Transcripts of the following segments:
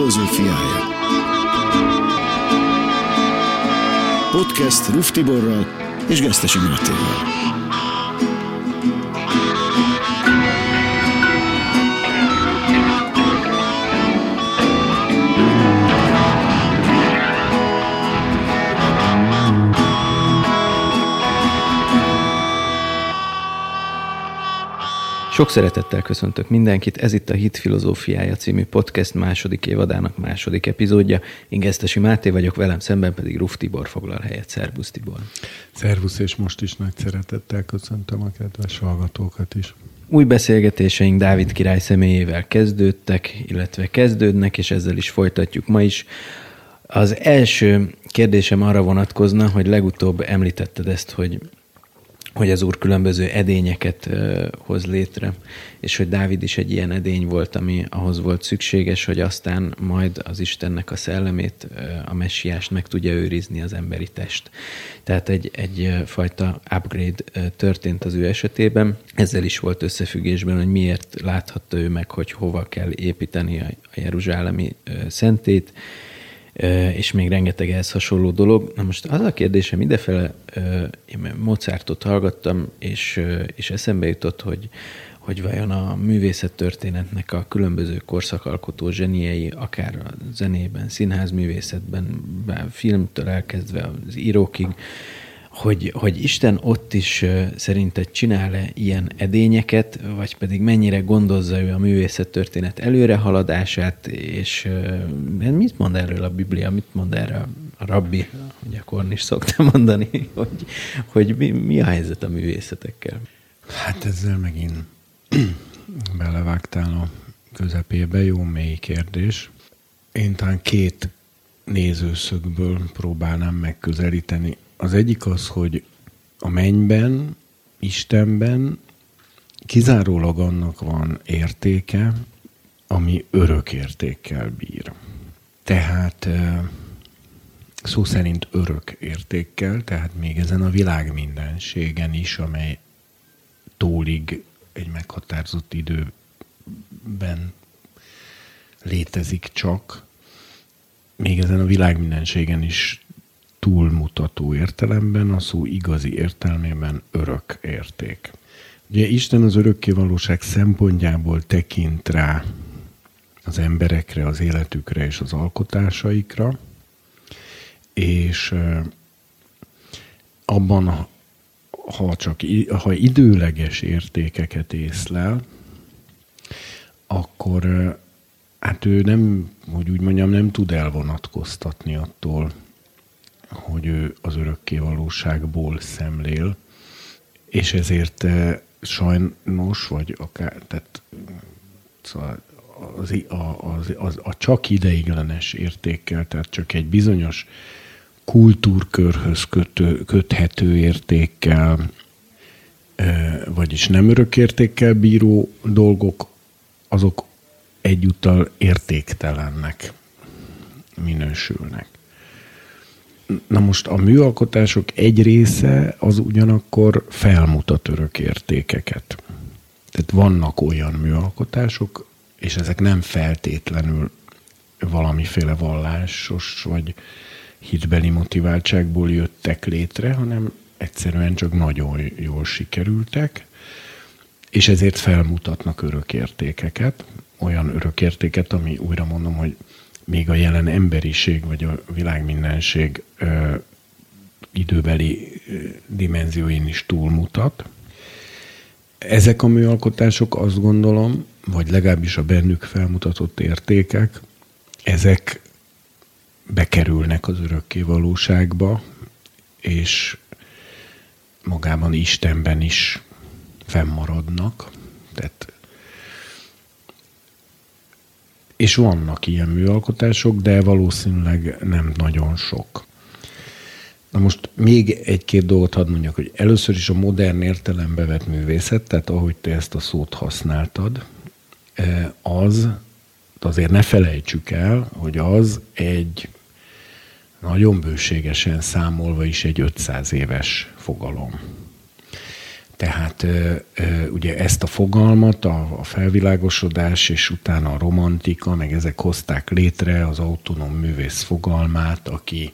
filozófiája. Podcast Ruf Tiborral és Gesztesi Mátéval. Sok szeretettel köszöntök mindenkit, ez itt a Hit Filozófiája című podcast második évadának második epizódja. Én Gesztesi Máté vagyok, velem szemben pedig Ruf Tibor foglal helyet. Szervusz Tibor! Szervusz, és most is nagy szeretettel köszöntöm a kedves hallgatókat is. Új beszélgetéseink Dávid király személyével kezdődtek, illetve kezdődnek, és ezzel is folytatjuk ma is. Az első kérdésem arra vonatkozna, hogy legutóbb említetted ezt, hogy az Úr különböző edényeket hoz létre, és hogy Dávid is egy ilyen edény volt, ami ahhoz volt szükséges, hogy aztán majd az Istennek a szellemét, a messiást meg tudja őrizni az emberi test. Tehát egyfajta upgrade történt az ő esetében. Ezzel is volt összefüggésben, hogy miért láthatta ő meg, hogy hova kell építeni a jeruzsálemi szentét, és még rengeteg ehhez hasonló dolog. Na most az a kérdésem idefele, én Mozartot hallgattam, és eszembe jutott, hogy vajon a művészettörténetnek a különböző korszakalkotó zseniei, akár a zenében, színházművészetben, filmtől elkezdve az írókig, hogy Isten ott is szerinted csinál-e ilyen edényeket, vagy pedig mennyire gondozza ő a művészettörténet előrehaladását, és mit mond erről a Biblia, mit mond erre a rabbi, ugye Kornis szokta mondani, hogy mi a helyzet a művészetekkel? Hát ezzel megint belevágtál a közepébe, jó mély kérdés. Én talán két nézőszögből próbálnám megközelíteni. Az egyik az, hogy a mennyben, Istenben kizárólag annak van értéke, ami örök értékkel bír. Tehát szó szerint örök értékkel, tehát még ezen a világ mindenségen is, amely tólig egy meghatározott időben létezik csak, még ezen a világ mindenségen is túlmutató értelemben, a szó igazi értelmében örök érték. Ugye Isten az örökkévalóság szempontjából tekint rá az emberekre, az életükre és az alkotásaikra, és abban, ha időleges értékeket észlel, akkor hát ő nem, hogy úgy mondjam, nem tud elvonatkoztatni attól, hogy ő az örökkévalóságból szemlél, és ezért sajnos, vagy akár, tehát szóval a csak ideiglenes értékkel, tehát csak egy bizonyos kultúrkörhöz köthető értékkel, vagyis nem örökértékkel bíró dolgok, azok egyúttal értéktelennek minősülnek. Na most a műalkotások egy része az ugyanakkor felmutat örök értékeket. Tehát vannak olyan műalkotások, és ezek nem feltétlenül valamiféle vallásos vagy hitbeli motiváltságból jöttek létre, hanem egyszerűen csak nagyon jól sikerültek, és ezért felmutatnak örök értékeket, olyan örök értéket, ami újra mondom, hogy még a jelen emberiség vagy a világmindenség időbeli dimenzióin is túlmutat. Ezek a műalkotások, azt gondolom, vagy legalábbis a bennük felmutatott értékek, ezek bekerülnek az örökkévalóságba, és magában Istenben is fennmaradnak. És vannak ilyen műalkotások, de valószínűleg nem nagyon sok. Na most még egy-két dolgot hadd mondjak, hogy először is a modern értelembe vett művészet, tehát ahogy te ezt a szót használtad, az, azért ne felejtsük el, hogy az egy nagyon bőségesen számolva is egy 500 éves fogalom. Tehát ugye ezt a fogalmat, a felvilágosodás, és utána a romantika, meg ezek hozták létre az autonóm művész fogalmát, aki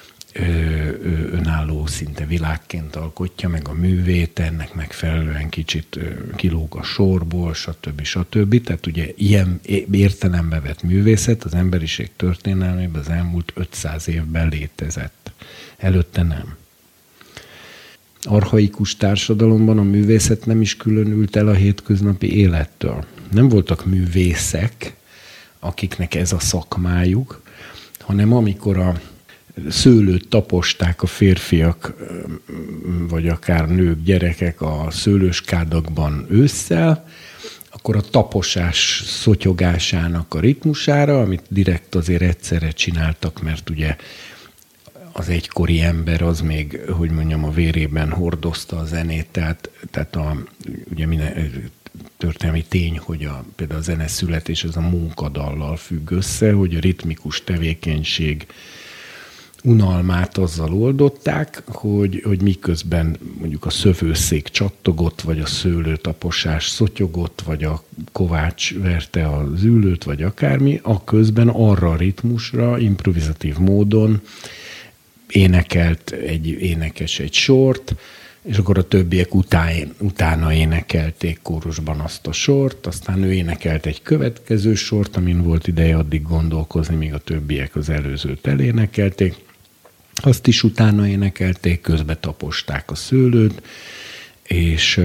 önálló szinte világként alkotja meg a művét, ennek megfelelően kicsit kilóg a sorból, stb. Tehát ugye ilyen értelembe vett művészet az emberiség történelmében az elmúlt 500 évben létezett. Előtte nem. Archaikus társadalomban a művészet nem is különült el a hétköznapi élettől. Nem voltak művészek, akiknek ez a szakmájuk, hanem amikor a szőlőt taposták a férfiak, vagy akár nők, gyerekek a szőlőskádakban ősszel, akkor a taposás szotyogásának a ritmusára, amit direkt azért egyszerre csináltak, mert ugye az egykori ember az még, hogy mondjam, a vérében hordozta a zenét, tehát ugye minden történelmi tény, hogy például a zene születés az a munkadallal függ össze, hogy a ritmikus tevékenység unalmát azzal oldották, hogy miközben mondjuk a szövőszék csattogott, vagy a szőlőtaposás szotyogott, vagy a kovács verte az ülőt, vagy akármi, akközben arra a ritmusra improvizatív módon énekelt egy énekes egy sort, és akkor a többiek utána énekelték kórusban azt a sort, aztán ő énekelt egy következő sort, amin volt ideje addig gondolkozni, míg a többiek az előzőt elénekelték. Azt is utána énekelték, közben taposták a szőlőt, és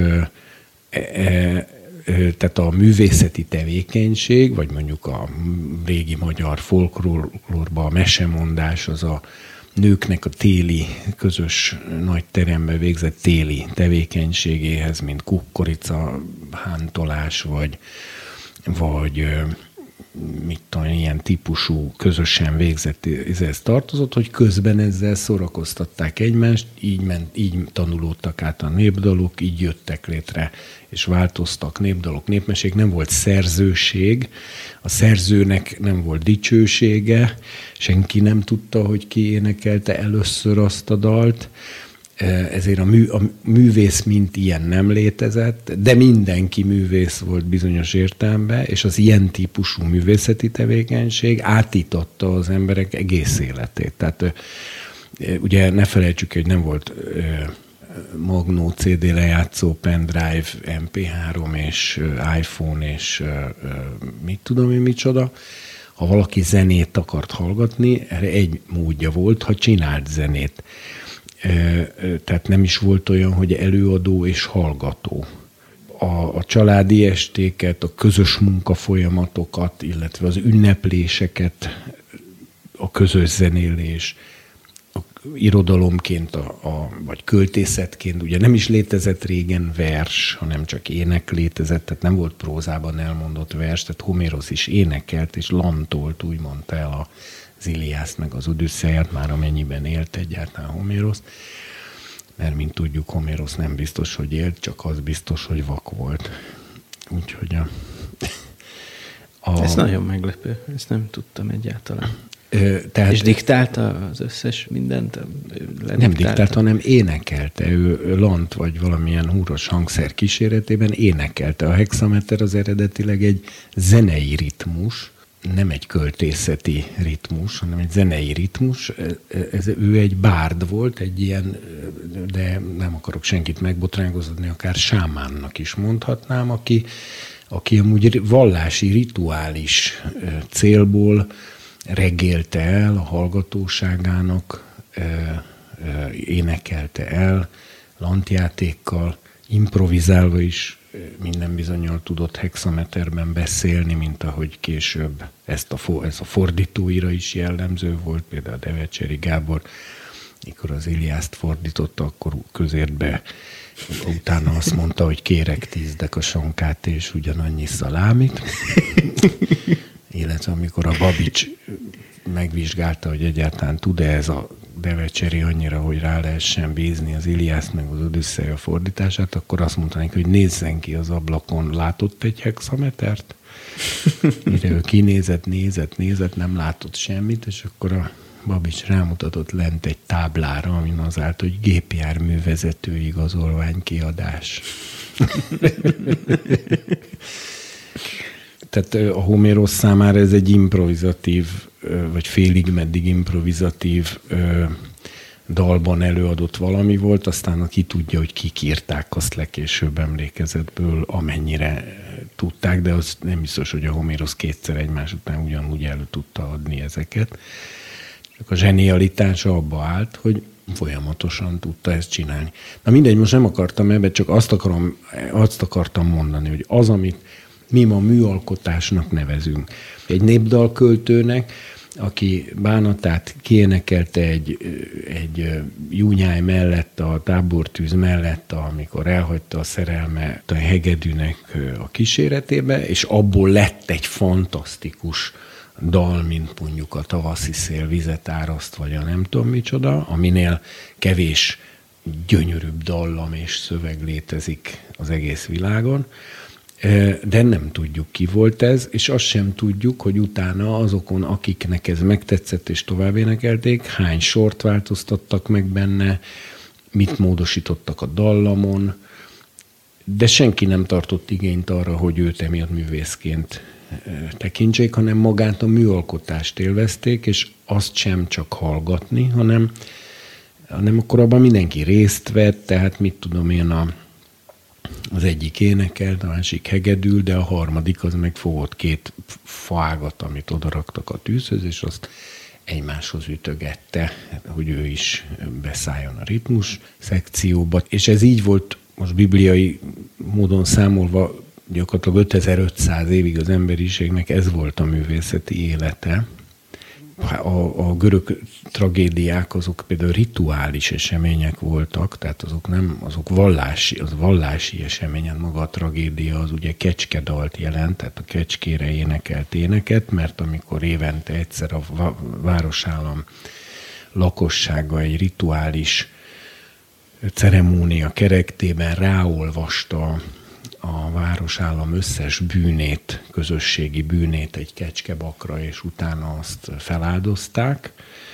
tehát a művészeti tevékenység, vagy mondjuk a régi magyar folklórban a mesemondás, az a nőknek a téli, közös nagy teremben végzett téli tevékenységéhez, mint kukorica hántolás, vagy mit tudom, ilyen típusú közösen végzett ez tartozott, hogy közben ezzel szórakoztatták egymást, így tanulódtak át a népdalok, így jöttek létre, és változtak népdalok, népmesék, nem volt szerzőség, a szerzőnek nem volt dicsősége, senki nem tudta, hogy ki énekelte először azt a dalt, ezért a művész mint ilyen nem létezett, de mindenki művész volt bizonyos értelemben, és az ilyen típusú művészeti tevékenység átította az emberek egész életét. Tehát ugye ne felejtsük, hogy nem volt Magnó CD lejátszó, pendrive, MP3 és iPhone és mit tudom én micsoda. Ha valaki zenét akart hallgatni, erre egy módja volt, ha csinált zenét. Tehát nem is volt olyan, hogy előadó és hallgató. A családi estéket, a közös munkafolyamatokat, illetve az ünnepléseket, a közös zenélés, a irodalomként, vagy költészetként, ugye nem is létezett régen vers, hanem csak ének létezett, tehát nem volt prózában elmondott vers, tehát Homérosz is énekelt és lantolt, úgy mondta el az Iliászt meg az Odüsszeiát, már amennyiben élt egyáltalán Homérosz, mert mint tudjuk, Homérosz nem biztos, hogy élt, csak az biztos, hogy vak volt. Úgyhogy Ez nagyon meglepő, ezt nem tudtam egyáltalán. Tehát, és diktálta az összes mindent? Nem diktálta, hanem énekelte. Ő lant vagy valamilyen húros hangszer kíséretében énekelte. A hexameter az eredetileg egy zenei ritmus, nem egy költészeti ritmus, hanem egy zenei ritmus. Ő egy bárd volt, egy ilyen, de nem akarok senkit megbotránkozni, akár sámánnak is mondhatnám, aki amúgy vallási, rituális célból regélte el a hallgatóságának, énekelte el lantjátékkal, improvizálva is minden bizonnyal tudott hexameterben beszélni, mint ahogy később ez a fordítóira is jellemző volt, például Devecseri Gábor, mikor az Iliászt fordította, akkor közértbe utána azt mondta, hogy kérek 10 dekasonkát és ugyanannyi szalámit. Illetve amikor a Babics megvizsgálta, hogy egyáltalán tud-e ez a Devecseri annyira, hogy rá lehessen bízni az Iliászt meg az Odüsszeia fordítását, akkor azt mondta neki, hogy nézzen ki az ablakon, látott egy hexametert? Mire ő kinézett, nézett, nem látott semmit, és akkor a Babics rámutatott lent egy táblára, amin az állt, hogy gépjárművezető igazolvány kiadás. Tehát a Homérosz számára ez egy improvizatív, vagy félig meddig improvizatív dalban előadott valami volt, aztán aki tudja, hogy kik írták azt lekésőbb emlékezetből, amennyire tudták, de az nem biztos, hogy a Homérosz kétszer egymás után ugyanúgy elő tudta adni ezeket. Csak a zsenialitása abba állt, hogy folyamatosan tudta ezt csinálni. Na mindegy, most nem akartam ebbe, csak azt akartam mondani, hogy az, amit mi ma műalkotásnak nevezünk. Egy népdalköltőnek, aki Bánatát kiénekelte egy júnyáj mellett, a tábortűz mellett, amikor elhagyta a szerelme a hegedűnek a kíséretébe, és abból lett egy fantasztikus dal, mint mondjuk a Tavaszi szél vizet áraszt, vagy a nem tudom micsoda, aminél kevés gyönyörűbb dallam és szöveg létezik az egész világon, de nem tudjuk, ki volt ez, és azt sem tudjuk, hogy utána azokon, akiknek ez megtetszett és tovább énekelték, hány sort változtattak meg benne, mit módosítottak a dallamon, de senki nem tartott igényt arra, hogy őt emiatt művészként tekintsék, hanem magát a műalkotást élvezték, és azt sem csak hallgatni, hanem akkor abban mindenki részt vett, tehát mit tudom én, az egyik énekelt, a másik hegedül, de a harmadik az meg fogott két faágat, amit odaraktak a tűzhöz, és azt egymáshoz ütögette, hogy ő is beszálljon a ritmus szekcióba. És ez így volt most bibliai módon számolva gyakorlatilag 5500 évig az emberiségnek ez volt a művészeti élete. A görög tragédiák azok például rituális események voltak, tehát azok vallási eseményen, maga a tragédia az ugye kecskedalt jelent, tehát a kecskére énekelt éneket, mert amikor évente egyszer a városállam lakossága egy rituális ceremónia keretében ráolvasta a városállam összes bűnét, közösségi bűnét egy kecskebakra, és utána azt feláldozták,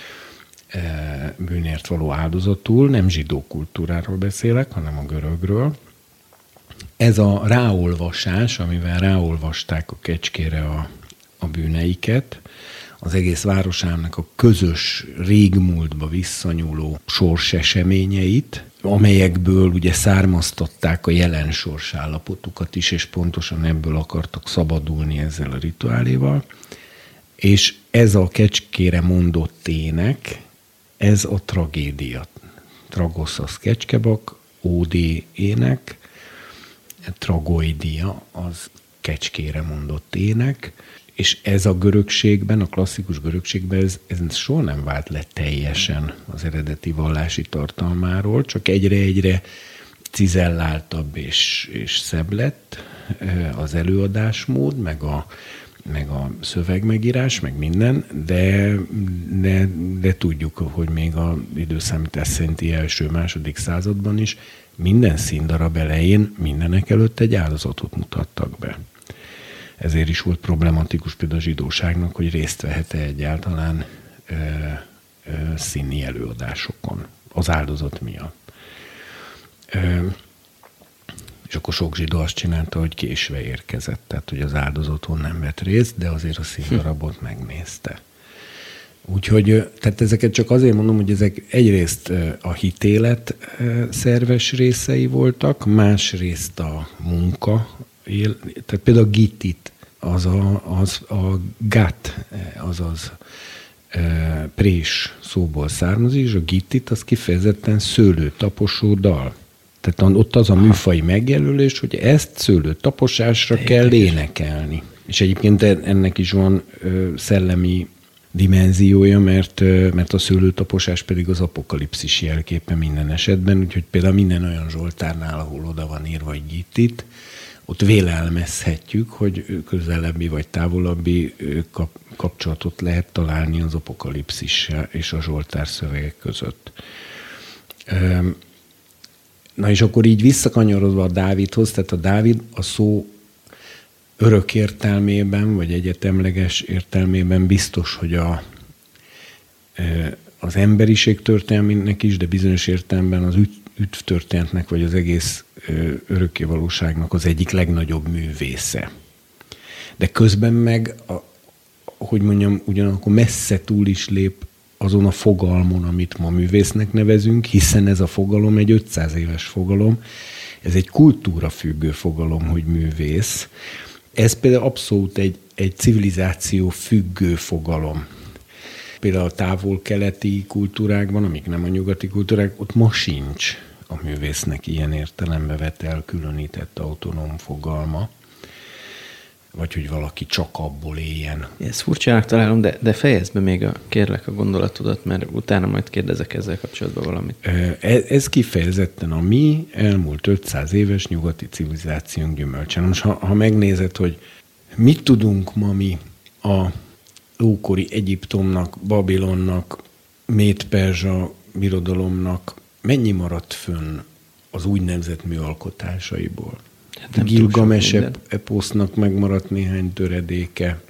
bűnért való áldozatul, nem zsidó kultúráról beszélek, hanem a görögről. Ez a ráolvasás, amivel ráolvasták a kecskére a bűneiket, az egész városállamnak a közös régmúltba visszanyúló sorseseményeit, amelyekből ugye származtatták a jelen sorsállapotukat is, és pontosan ebből akartak szabadulni ezzel a rituáléval. És ez a kecskére mondott ének, ez a tragédia. Tragosz az kecskebak, ódé ének, tragoidia az kecskére mondott ének, és ez a görögségben, a klasszikus görögségben ez soha nem vált le teljesen az eredeti vallási tartalmáról, csak egyre cizelláltabb és szebb lett az előadásmód, meg a szövegmegírás, meg minden, de tudjuk, hogy még az időszámítás szerinti első-második században is minden színdarab elején mindenek előtt egy áldozatot mutattak be. Ezért is volt problematikus például a zsidóságnak, hogy részt vehet-e egyáltalán színi előadásokon az áldozat miatt. És akkor sok zsidó azt csinálta, hogy késve érkezett, tehát hogy az áldozaton nem vett részt, de azért a színdarabot megnézte. Úgyhogy tehát ezeket csak azért mondom, hogy ezek egyrészt a hitélet szerves részei voltak, másrészt a munka, tehát például a gittit, az a gat, azaz prés szóból származik, és a gittit az kifejezetten szőlőtaposó dal. Tehát ott az a műfai megjelölés, hogy ezt szőlőtaposásra kell énekelni. És egyébként ennek is van szellemi dimenziója, mert a szőlőtaposás pedig az apokalipszis jelképe minden esetben, úgyhogy például minden olyan zsoltárnál, ahol oda van írva, hogy gittit, ott vélelmezhetjük, hogy közelebbi vagy távolabbi kapcsolatot lehet találni az apokalipszissel és a zsoltár szövegek között. Na és akkor így visszakanyarodva a Dávidhoz, tehát a Dávid a szó örök értelmében, vagy egyetemleges értelmében biztos, hogy az emberiség történelmének is, de bizonyos értelemben az üdvtörténetnek, vagy az egész örökkévalóságnak az egyik legnagyobb művésze. De közben meg, hogy mondjam, ugyanakkor messze túl is lép azon a fogalmon, amit ma művésznek nevezünk, hiszen ez a fogalom egy 500 éves fogalom, ez egy kultúrafüggő fogalom, hogy művész. Ez például abszolút egy civilizáció függő fogalom. Például a távol-keleti kultúrákban, amik nem a nyugati kultúrák, ott ma sincs a művésznek ilyen értelembe vett elkülönített autonóm fogalma, vagy hogy valaki csak abból éljen. Ezt furcsának találom, de fejezd be kérlek a gondolatodat, mert utána majd kérdezek ezzel kapcsolatban valamit. Ez kifejezetten a mi elmúlt 500 éves nyugati civilizációnk gyümölcse. Most ha megnézed, hogy mit tudunk ma mi a ókori Egyiptomnak, Babilonnak, Méd-Perzsa birodalomnak, mennyi maradt fönn az úgynevezett műalkotásaiból? Hát Gilgames eposznak megmaradt néhány töredéke,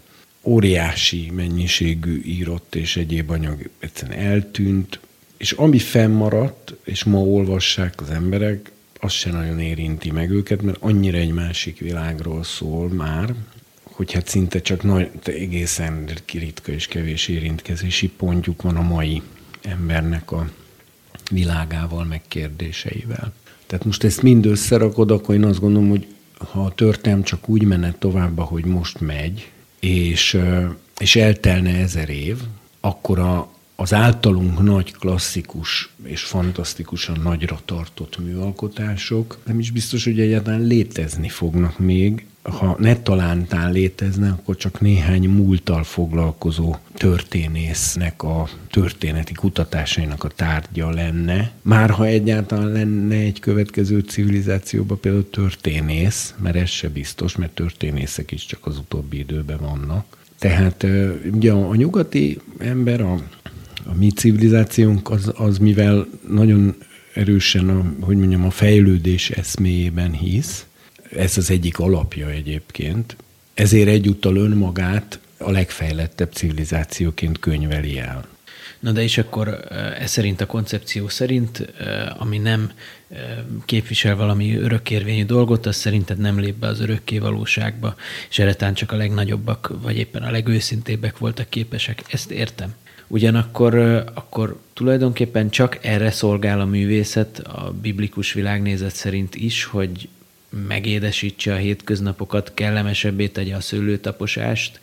óriási mennyiségű írott és egyéb anyag egyszerűen eltűnt, és ami fennmaradt, és ma olvassák az emberek, az se nagyon érinti meg őket, mert annyira egy másik világról szól már, hogy hát szinte csak egészen ritka és kevés érintkezési pontjuk van a mai embernek a világával, meg kérdéseivel. Tehát most ezt mind összerakod, akkor én azt gondolom, hogy ha a történelem csak úgy menne tovább, ahogy most megy, és eltelne 1000 év, akkor az általunk nagy klasszikus és fantasztikusan nagyra tartott műalkotások nem is biztos, hogy egyáltalán létezni fognak még. Ha netalántán létezne, akkor csak néhány múlttal foglalkozó történésznek a történeti kutatásainak a tárgya lenne. Már ha egyáltalán lenne egy következő civilizációban például történész, mert ez se biztos, mert történészek is csak az utóbbi időben vannak. Tehát ugye a nyugati ember, a mi civilizációnk az mivel nagyon erősen a fejlődés eszméjében hisz, ez az egyik alapja egyébként, ezért egyúttal önmagát a legfejlettebb civilizációként könyveli el. Na de és akkor ez szerint a koncepció szerint, ami nem képvisel valami örökkérvényű dolgot, az szerinted nem lép be az örökké valóságba, és eretán csak a legnagyobbak, vagy éppen a legőszintébbek voltak képesek. Ezt értem. Ugyanakkor akkor tulajdonképpen csak erre szolgál a művészet a biblikus világnézet szerint is, hogy megédesítse a hétköznapokat, kellemesebbé tegye a szőlőtaposást,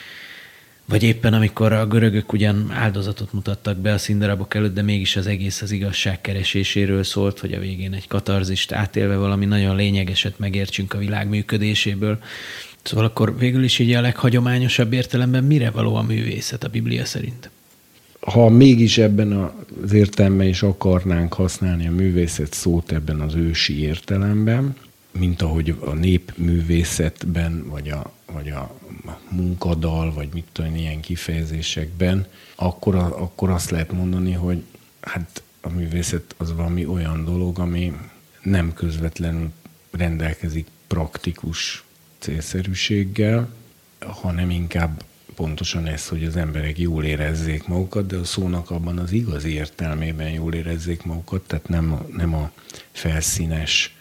vagy éppen amikor a görögök ugyan áldozatot mutattak be a színdarabok előtt, de mégis az egész az igazság kereséséről szólt, hogy a végén egy katarzist átélve valami nagyon lényegeset megértsünk a világ működéséből. Szóval akkor végül is így a leghagyományosabb értelemben mire való a művészet a Biblia szerint? Ha mégis ebben az értelemben is akarnánk használni a művészet szót ebben az ősi értelemben, mint ahogy a népművészetben, vagy a munkadal, vagy mit tudom, ilyen kifejezésekben, akkor azt lehet mondani, hogy hát a művészet az valami olyan dolog, ami nem közvetlenül rendelkezik praktikus célszerűséggel, hanem inkább pontosan ez, hogy az emberek jól érezzék magukat, de a szónak abban az igazi értelmében jól érezzék magukat, tehát nem a felszínes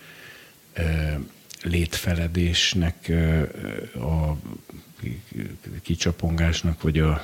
létfeledésnek, a kicsapongásnak, vagy a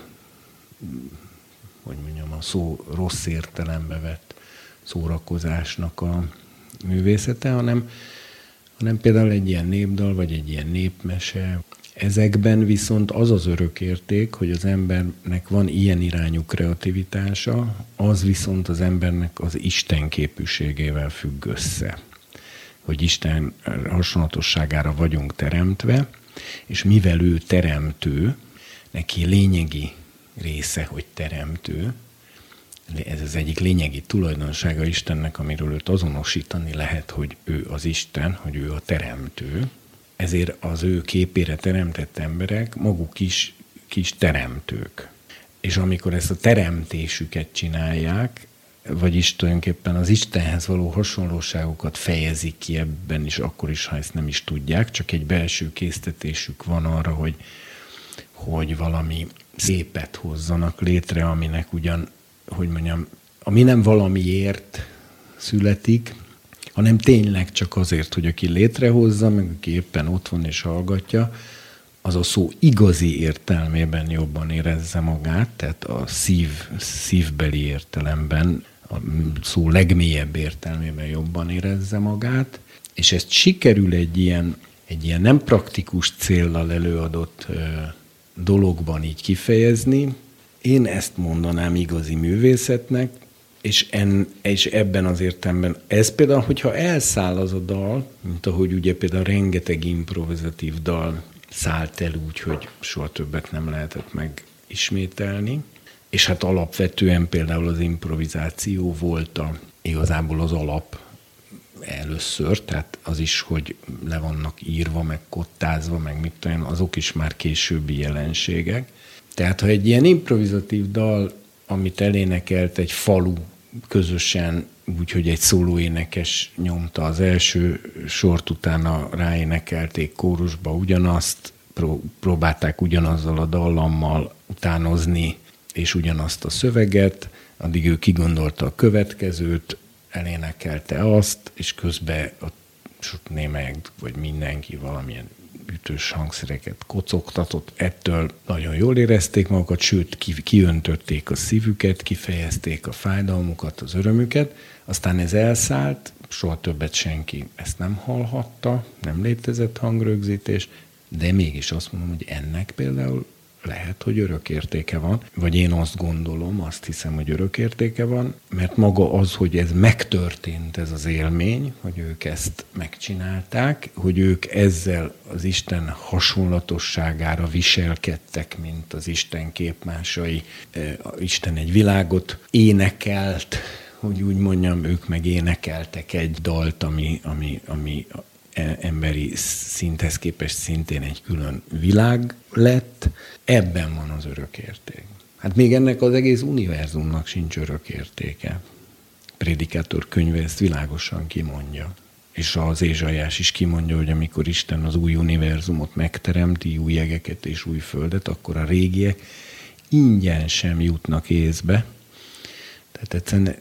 szó rossz értelembe vett szórakozásnak a művészete, hanem például egy ilyen népdal, vagy egy ilyen népmese. Ezekben viszont az az örökérték, hogy az embernek van ilyen irányú kreativitása, az viszont az embernek az Isten képűségével függ össze. Hogy Isten hasonlatosságára vagyunk teremtve, és mivel ő teremtő, neki lényegi része, hogy teremtő, ez az egyik lényegi tulajdonsága Istennek, amiről őt azonosítani lehet, hogy ő az Isten, hogy ő a teremtő, ezért az ő képére teremtett emberek maguk is kis teremtők. És amikor ezt a teremtésüket csinálják, vagyis tulajdonképpen az Istenhez való hasonlóságokat fejezik ki ebben is, akkor is, ha ezt nem is tudják, csak egy belső késztetésük van arra, hogy valami szépet hozzanak létre, aminek ugyan hogy mondjam, ami nem valamiért születik, hanem tényleg csak azért, hogy aki létrehozza, meg aki éppen ott van és hallgatja, az a szó igazi értelmében jobban érezze magát, tehát a szívbeli értelemben, a szó legmélyebb értelmében jobban érezze magát, és ezt sikerül egy ilyen nem praktikus céllal előadott dologban így kifejezni. Én ezt mondanám igazi művészetnek, és ebben az értelemben ez például, hogyha elszáll az a dal, mint ahogy ugye például rengeteg improvizatív dal szállt el úgy, hogy soha többet nem lehetett megismételni, és hát alapvetően például az improvizáció volt igazából az alap először, tehát az is, hogy le vannak írva, meg kottázva, meg mit tudom, azok is már későbbi jelenségek. Tehát ha egy ilyen improvizatív dal, amit elénekelt egy falu közösen, úgyhogy egy szólóénekes nyomta az első sort, utána ráénekelték kórusba ugyanazt, próbálták ugyanazzal a dallammal utánozni, és ugyanazt a szöveget, addig ő kigondolta a következőt, elénekelte azt, és közben a némelyek, vagy mindenki valamilyen ütős hangszereket kocogtatott, ettől nagyon jól érezték magukat, sőt, kiöntötték a szívüket, kifejezték a fájdalmukat, az örömüket, aztán ez elszállt, soha többet senki ezt nem hallhatta, nem létezett hangrögzítés, de mégis azt mondom, hogy ennek például lehet, hogy örök értéke van, vagy én azt gondolom, azt hiszem, hogy örök értéke van, mert maga az, hogy ez megtörtént, ez az élmény, hogy ők ezt megcsinálták, hogy ők ezzel az Isten hasonlatosságára viselkedtek, mint az Isten képmásai. Isten egy világot énekelt, hogy úgy mondjam, ők meg énekeltek egy dalt, ami emberi szinthez képest szintén egy külön világ lett. Ebben van az örök érték. Hát még ennek az egész univerzumnak sincs örök értéke. Prédikátor könyve ezt világosan kimondja. És az Ézsaiás is kimondja, hogy amikor Isten az új univerzumot megteremti, új jegeket és új földet, akkor a régiek ingyen sem jutnak észbe. Tehát egyszerűen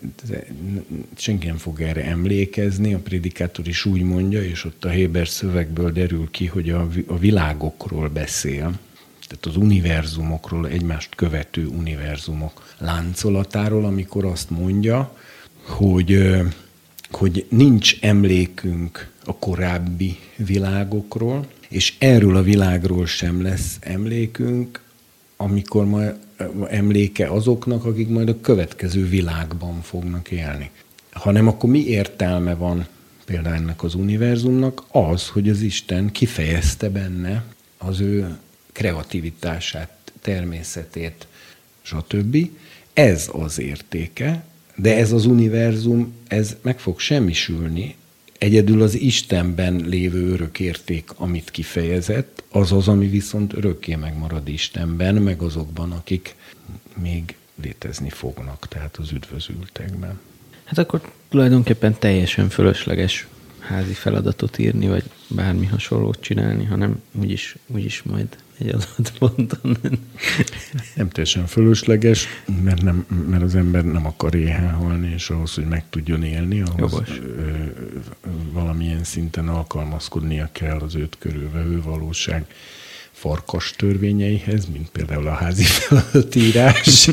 senki nem fog erre emlékezni, a prédikátor is úgy mondja, és ott a Héber szövegből derül ki, hogy a világokról beszél, tehát az univerzumokról, egymást követő univerzumok láncolatáról, amikor azt mondja, hogy nincs emlékünk a korábbi világokról, és erről a világról sem lesz emlékünk, amikor majd emléke azoknak, akik majd a következő világban fognak élni. Hanem akkor mi értelme van például ennek az univerzumnak? Az, hogy az Isten kifejezte benne az ő kreativitását, természetét, stb. Ez az értéke, de ez az univerzum, ez meg fog semmisülni. Egyedül az Istenben lévő örök érték, amit kifejezett, az az, ami viszont örökké megmarad Istenben, meg azokban, akik még létezni fognak, tehát az üdvözültekben. Hát akkor tulajdonképpen teljesen fölösleges házi feladatot írni, vagy bármi hasonlót csinálni, hanem úgyis majd egy adott ponton. Nem teljesen fölösleges, mert az ember nem akar éhen halni, és ahhoz, hogy meg tudjon élni, ahhoz valamilyen szinten alkalmazkodnia kell az őt körülvevő valóság farkas törvényeihez, mint például a házi feladatírás.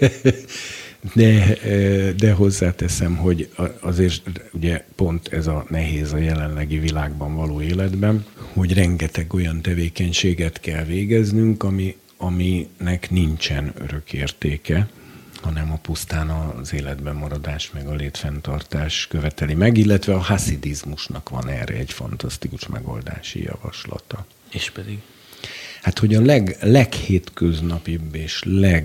De hozzáteszem, hogy azért ugye pont ez a nehéz a jelenlegi világban való életben, hogy rengeteg olyan tevékenységet kell végeznünk, aminek nincsen örök értéke, hanem a pusztán az életben maradás meg a létfenntartás követeli meg, illetve a haszidizmusnak van erre egy fantasztikus megoldási javaslata. És pedig? Hát, hogy a leghétköznapibb és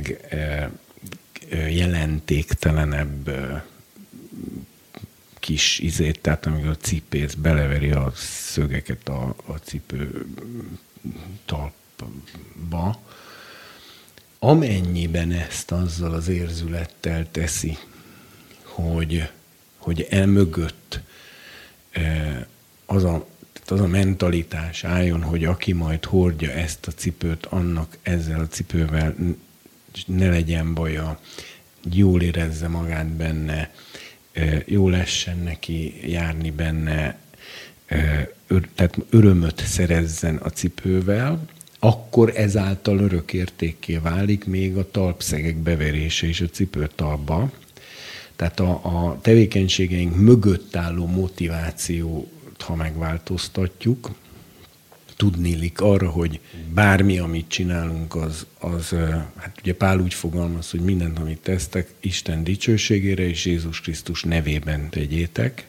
jelentéktelenebb kis izét, tehát amikor a cipész beleveri a szögeket a cipő talpba, amennyiben ezt azzal az érzülettel teszi, hogy elmögött az a mentalitás álljon, hogy aki majd hordja ezt a cipőt, annak ezzel a cipővel ne legyen baja, jól érezze magát benne, jól lessen neki járni benne, tehát örömöt szerezzen a cipővel, akkor ezáltal örökértékké válik még a talpszegek beverése is a cipőtalpba. Tehát a tevékenységeink mögött álló motivációt, ha megváltoztatjuk, tudnélik arra, hogy bármi, amit csinálunk, az hát ugye Pál úgy fogalmaz, hogy mindent, amit tesztek, Isten dicsőségére és Jézus Krisztus nevében tegyétek.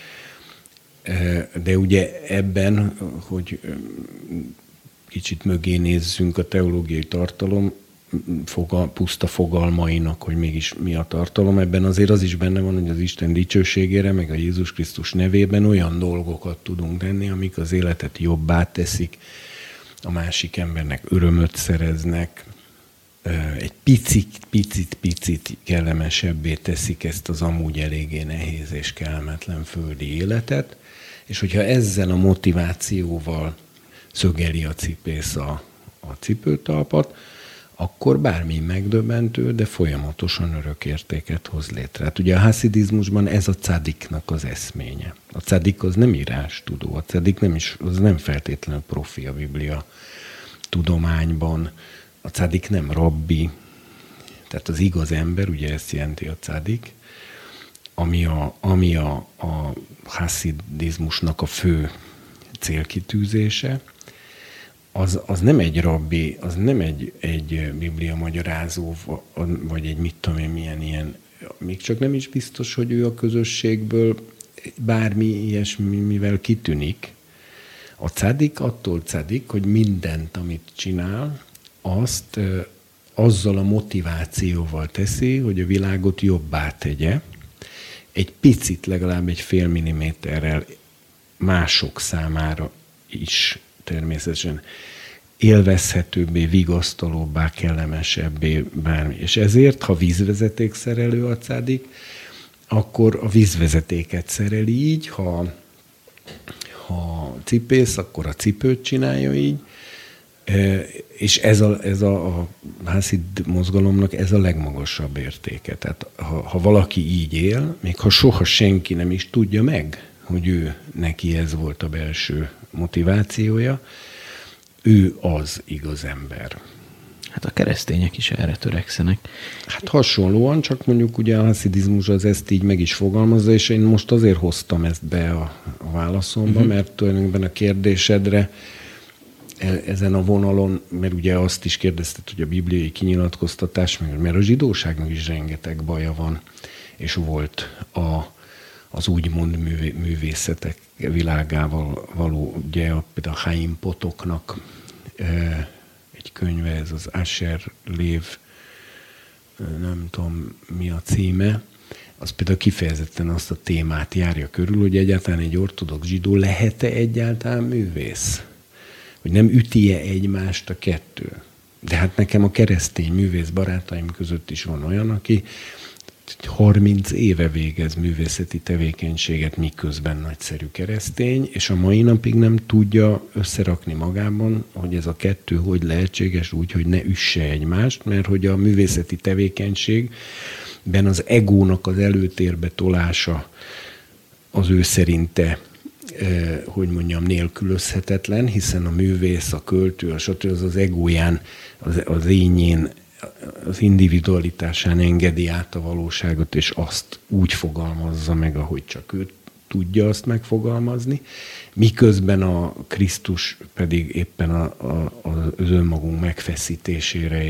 De ugye ebben, hogy kicsit mögé nézzünk a teológiai tartalom puszta fogalmainak, hogy mégis mi a tartalom. Ebben azért az is benne van, hogy az Isten dicsőségére, meg a Jézus Krisztus nevében olyan dolgokat tudunk tenni, amik az életet jobbá teszik, a másik embernek örömöt szereznek, egy picit kellemesebbé teszik ezt az amúgy eléggé nehéz és kellemetlen földi életet, és hogyha ezzel a motivációval szögeli a cipész a cipőtalpat, akkor bármi megdöbbentő, de folyamatosan örökértéket hoz létre. Hát ugye a haszidizmusban ez a cadiknak az eszménye. A cadik az nem írástudó, a cadik az nem feltétlenül profi a Biblia tudományban, a cadik nem rabbi, tehát az igaz ember, ugye ezt jelenti a cadik, ami a haszidizmusnak a fő célkitűzése, az nem egy rabbi, az nem egy biblia magyarázó, vagy egy mit tudom én milyen ilyen, még csak nem is biztos, hogy ő a közösségből bármi ilyesmivel kitűnik. A cadik attól cadik, hogy mindent, amit csinál, azt azzal a motivációval teszi, hogy a világot jobbá tegye, egy picit, legalább egy fél milliméterrel mások számára is természetesen élvezhetőbbé, vigasztalóbbá, kellemesebbé bármi. És ezért, ha vízvezeték szerelő a cádik, akkor a vízvezetéket szereli így, ha cipész, akkor a cipőt csinálja így, és ez a hászid mozgalomnak ez a legmagasabb értéke. Tehát ha valaki így él, még ha soha senki nem is tudja meg, hogy neki ez volt a belső motivációja, ő az igaz ember. Hát a keresztények is erre törekszenek. Hát hasonlóan, csak mondjuk ugye a haszidizmus az ezt így meg is fogalmazza, és én most azért hoztam ezt be a válaszomba, mert tulajdonképpen a kérdésedre ezen a vonalon, mert ugye azt is kérdezted, hogy a bibliai kinyilatkoztatás, mert a zsidóságnak is rengeteg baja van, és volt az úgymond művészetek világával való, ugye például a Chaim Potoknak egy könyve, ez az Asher Lév, nem tudom mi a címe, az például kifejezetten azt a témát járja körül, hogy egyáltalán egy ortodox zsidó lehet-e egyáltalán művész? Hogy nem üti-e egymást a kettő? De hát nekem a keresztény művész barátaim között is van olyan, aki 30 éve végez művészeti tevékenységet, miközben nagyszerű keresztény, és a mai napig nem tudja összerakni magában, hogy ez a kettő hogy lehetséges úgy, hogy ne üsse egymást, mert hogy a művészeti tevékenységben az egónak az előtérbe tolása az ő szerinte, hogy mondjam, nélkülözhetetlen, hiszen a művész, a költő, a stb. Az egóján, az énjén, az individualitásán engedi át a valóságot, és azt úgy fogalmazza meg, ahogy csak ő tudja azt megfogalmazni, miközben a Krisztus pedig éppen az önmagunk megfeszítésére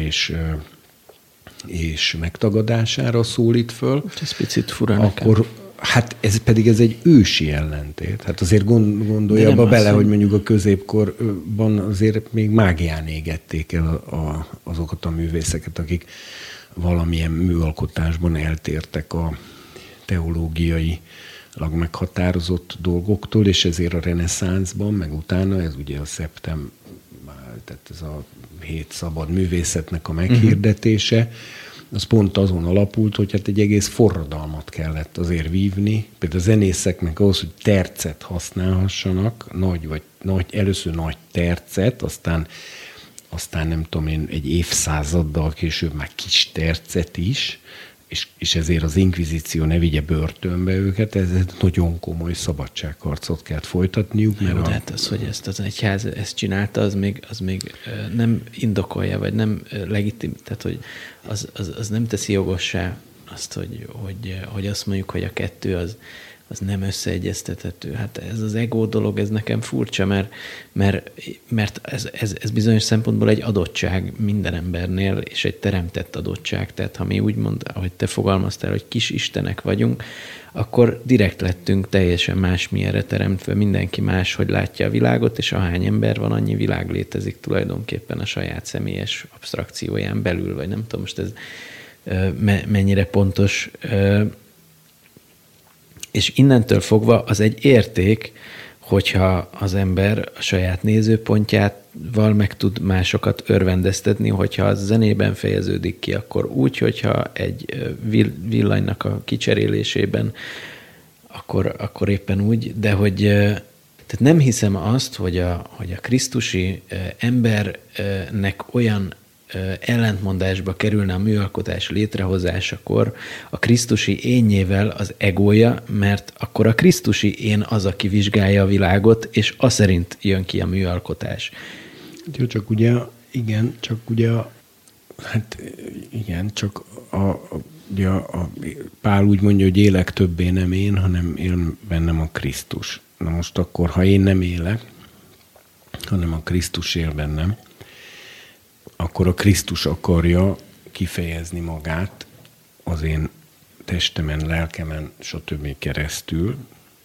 és megtagadására szólít föl. Ez picit fura akkor, hát ez egy ősi ellentét. Hát azért gondolja abba bele, hogy mondjuk a középkorban azért még mágián égették el azokat a művészeket, akik valamilyen műalkotásban eltértek a teológiailag meghatározott dolgoktól, és ezért a reneszánszban, meg utána, ez ugye a tehát ez a 7 szabad művészetnek a meghirdetése, az pont azon alapult, hogy hát egy egész forradalmat kellett azért vívni. Például a zenészeknek ahhoz, hogy tercet használhassanak, először nagy tercet, aztán nem tudom én, egy évszázaddal később már kis tercet is, és ezért az inkvizíció ne vigye börtönbe őket, ez nagyon komoly szabadságharcot kellett folytatniuk. Jó, de hát az, hogy ezt az egyház ezt csinálta, az még nem indokolja, vagy nem legitim, tehát hogy az nem teszi jogossá azt, hogy azt mondjuk, hogy a kettő az nem összeegyeztethető. Hát ez az ego dolog, ez nekem furcsa, mert ez bizonyos szempontból egy adottság minden embernél, és egy teremtett adottság. Tehát ha mi úgy ahogy te fogalmaztál, hogy kis istenek vagyunk, akkor direkt lettünk teljesen másmilyenre teremtve, mindenki más, hogy látja a világot, és ahány ember van, annyi világ létezik tulajdonképpen a saját személyes absztrakcióján belül, vagy nem tudom most ez mennyire pontos. És innentől fogva az egy érték, hogyha az ember a saját nézőpontjával meg tud másokat örvendeztetni, hogyha az zenében fejeződik ki, akkor úgy, hogyha egy villanynak a kicserélésében, akkor éppen úgy, de hogy tehát nem hiszem azt, hogy a krisztusi embernek olyan ellentmondásba kerülne a műalkotás létrehozásakor a krisztusi énnyével az egója, mert akkor a krisztusi én az, aki vizsgálja a világot, és az szerint jön ki a műalkotás. Jó, csak ugye, igen, a Pál úgy mondja, hogy élek többé nem én, hanem él bennem a Krisztus. Na most akkor, ha én nem élek, hanem a Krisztus él bennem, akkor a Krisztus akarja kifejezni magát az én testemen, lelkemen, stb. Keresztül.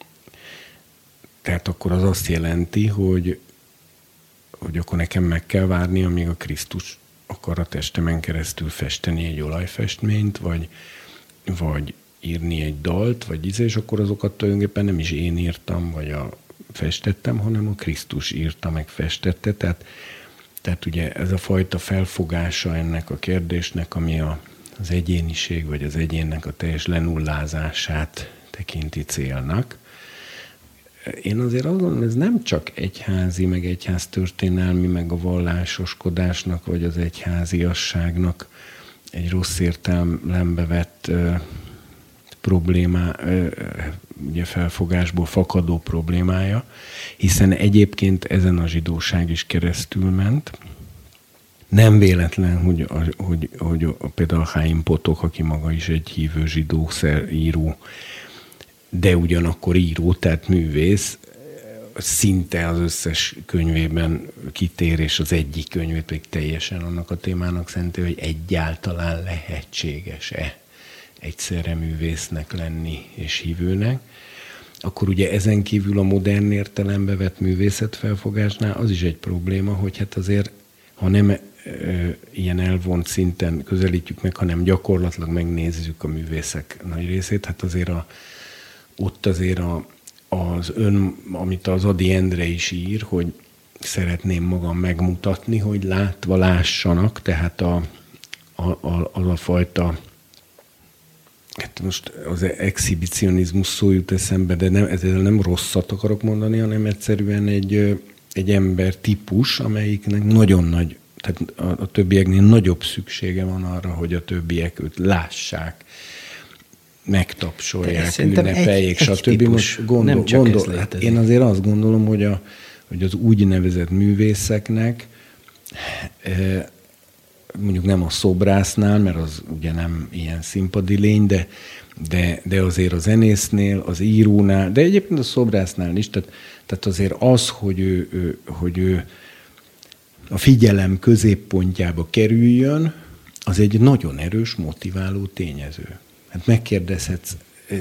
Tehát akkor az azt jelenti, hogy akkor nekem meg kell várni, amíg a Krisztus akar a testemen keresztül festeni egy olajfestményt, vagy írni egy dalt, és akkor azokat tulajdonképpen nem is én írtam, vagy festettem, hanem a Krisztus írta, meg festette. Tehát ugye ez a fajta felfogása ennek a kérdésnek, ami az egyéniség, vagy az egyénnek a teljes lenullázását tekinti célnak. Én azért azt gondolom, ez nem csak egyházi, meg egyháztörténelmi, meg a vallásoskodásnak, vagy az egyháziasságnak egy rossz értelembe vett ugye felfogásból fakadó problémája, hiszen egyébként ezen a zsidóság is keresztül ment. Nem véletlen, hogy például Chaim Potok, aki maga is egy hívő zsidó író, de ugyanakkor író, tehát művész, szinte az összes könyvében kitér, és az egyik könyvét még teljesen annak a témának szenteli, hogy egyáltalán lehetséges-e egyszerre művésznek lenni és hívőnek. Akkor ugye ezen kívül a modern értelembe vett művészetfelfogásnál az is egy probléma, hogy hát azért, ha nem ilyen elvont szinten közelítjük meg, hanem gyakorlatilag megnézzük a művészek nagy részét, hát azért ott azért az amit az Ady Endre is ír, hogy szeretném magam megmutatni, hogy látva lássanak, tehát az a fajta, hát most az exhibicionizmus szó jut eszembe, de ezzel nem rosszat akarok mondani, hanem egyszerűen egy ember típus, amelyiknek nagyon nagy, tehát a többieknél nagyobb szüksége van arra, hogy a többiek őt lássák, megtapsolják, ünnepeljék, stb. Most hát én azért azt gondolom, hogy az úgynevezett művészeknek, mondjuk nem a szobrásznál, mert az ugye nem ilyen színpadi lény, de azért a zenésznél, az írónál, de egyébként a szobrásznál is, tehát azért az, hogy ő a figyelem középpontjába kerüljön, az egy nagyon erős motiváló tényező. Hát megkérdezhetsz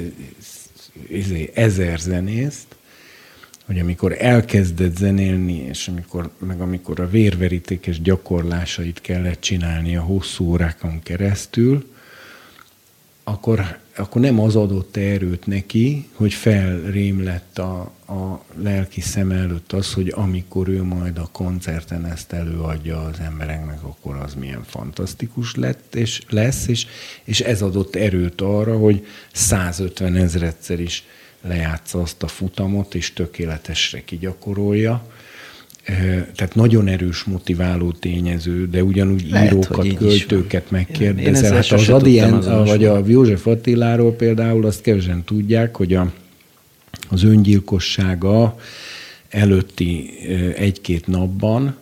1000 zenészt, hogy amikor elkezdett zenélni, és amikor a vérverítékes gyakorlásait kellett csinálni a hosszú órákon keresztül, akkor nem az adott erőt neki, hogy felrém lett a lelki szem előtt az, hogy amikor ő majd a koncerten ezt előadja az embereknek, akkor az milyen fantasztikus lesz, és ez adott erőt arra, hogy 150 000-szer is lejátsza azt a futamot, és tökéletesre kigyakorolja. Tehát nagyon erős motiváló tényező, de ugyanúgy lehet, írókat, költőket megkérdezel. Hát az vagy a József Attiláról például azt kevesen tudják, hogy az öngyilkossága előtti 1-2 napban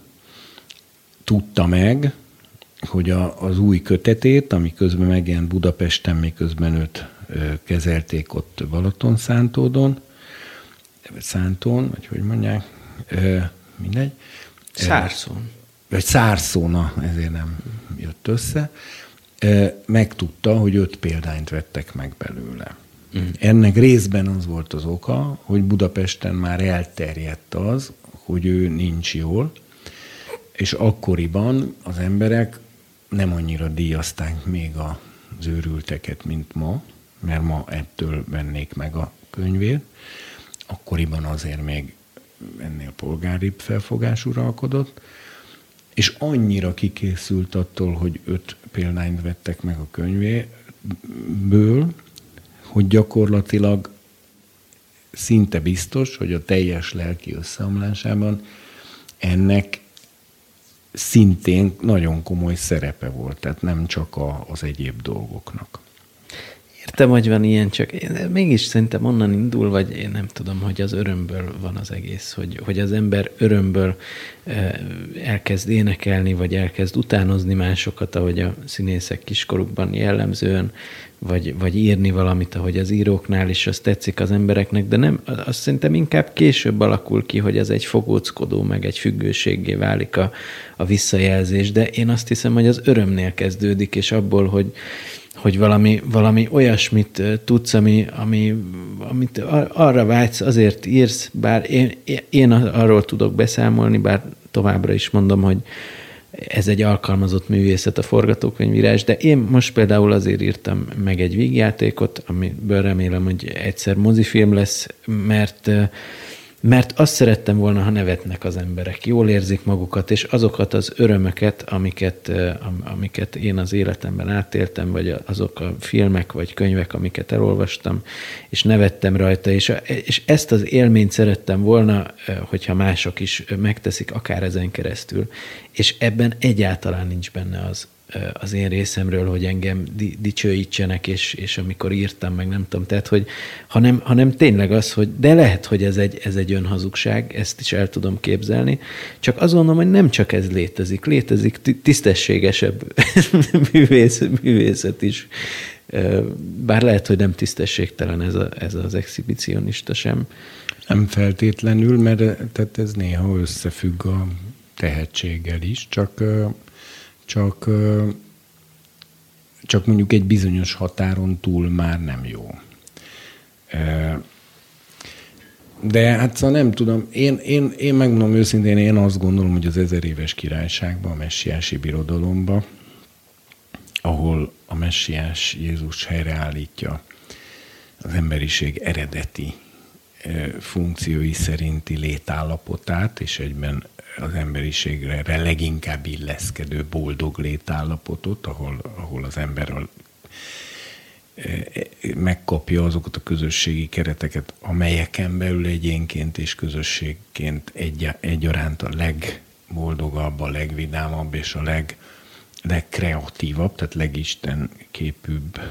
tudta meg, hogy az új kötetét, ami közben megjelent Budapesten, miközben őt kezelték ott Balatonszántódon, Szántón, vagy hogy mondják, mindegy. Szárszón. Vagy Szárszóna, ezért nem jött össze. Megtudta, hogy 5 példányt vettek meg belőle. Ennek részben az volt az oka, hogy Budapesten már elterjedt az, hogy ő nincs jól, és akkoriban az emberek nem annyira díjazták még az őrülteket, mint ma, mert ma ettől vennék meg a könyvét. Akkoriban azért még ennél polgáribb felfogás uralkodott, és annyira kikészült attól, hogy 5 példányt vettek meg a könyvéből, hogy gyakorlatilag szinte biztos, hogy a teljes lelki összeomlásában ennek szintén nagyon komoly szerepe volt, tehát nem csak az egyéb dolgoknak. Értem, hogy van ilyen, csak mégis szerintem onnan indul, vagy én nem tudom, hogy az örömből van az egész, hogy az ember örömből elkezd énekelni, vagy elkezd utánozni másokat, ahogy a színészek kiskorukban jellemzően, vagy írni valamit, ahogy az íróknál is, az tetszik az embereknek, de nem, azt szerintem inkább később alakul ki, hogy az egy fogóckodó, meg egy függőséggé válik a visszajelzés, de én azt hiszem, hogy az örömnél kezdődik, és abból, hogy valami olyasmit tudsz, amit arra vágysz, azért írsz, bár én arról tudok beszámolni, bár továbbra is mondom, hogy ez egy alkalmazott művészet a forgatókönyvírás, de én most például azért írtam meg egy vígjátékot, amiből remélem, hogy egyszer mozifilm lesz, mert azt szerettem volna, ha nevetnek az emberek, jól érzik magukat, és azokat az örömöket, amiket én az életemben átéltem, vagy azok a filmek, vagy könyvek, amiket elolvastam, és nevettem rajta, és ezt az élményt szerettem volna, hogyha mások is megteszik, akár ezen keresztül. És ebben egyáltalán nincs benne az én részemről, hogy engem dicsőítsenek, és amikor írtam, meg nem tudom, tehát, hogy, hanem tényleg az, hogy de lehet, hogy ez egy önhazugság, ezt is el tudom képzelni, csak azt gondolom, hogy nem csak ez létezik tisztességesebb művészet is, bár lehet, hogy nem tisztességtelen ez az exhibicionista sem. Nem feltétlenül, mert tehát ez néha összefügg a tehetséggel is, csak mondjuk egy bizonyos határon túl már nem jó. De hát szóval nem tudom, én megmondom őszintén, én azt gondolom, hogy az 1000 éves királyságban, a messiási birodalomban, ahol a messiás Jézus helyreállítja az emberiség eredeti funkciói szerinti létállapotát, és egyben az emberiségre leginkább illeszkedő boldog létállapotot, ahol az ember megkapja azokat a közösségi kereteket, amelyeken belül egyénként és közösségként egyaránt a legboldogabb, a legvidámabb és a legkreatívabb, tehát legistenképűbb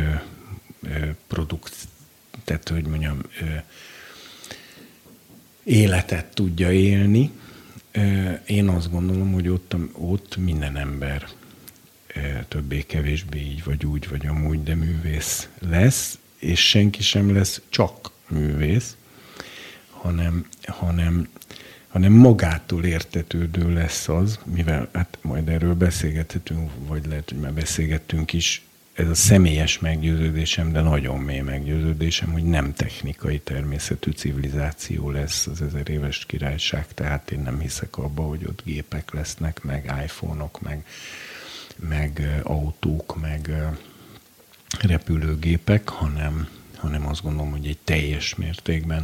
tehát hogy mondjam, életet tudja élni. Én azt gondolom, hogy ott minden ember többé-kevésbé így vagy úgy, vagy amúgy, de művész lesz, és senki sem lesz csak művész, hanem magától értetődő lesz az, mivel hát majd erről beszélgethetünk, vagy lehet, hogy már beszélgettünk is, ez a személyes meggyőződésem, de nagyon mély meggyőződésem, hogy nem technikai természetű civilizáció lesz az 1000 éves királyság, tehát én nem hiszek abba, hogy ott gépek lesznek, meg iPhone-ok, meg autók, meg repülőgépek, hanem azt gondolom, hogy egy teljes mértékben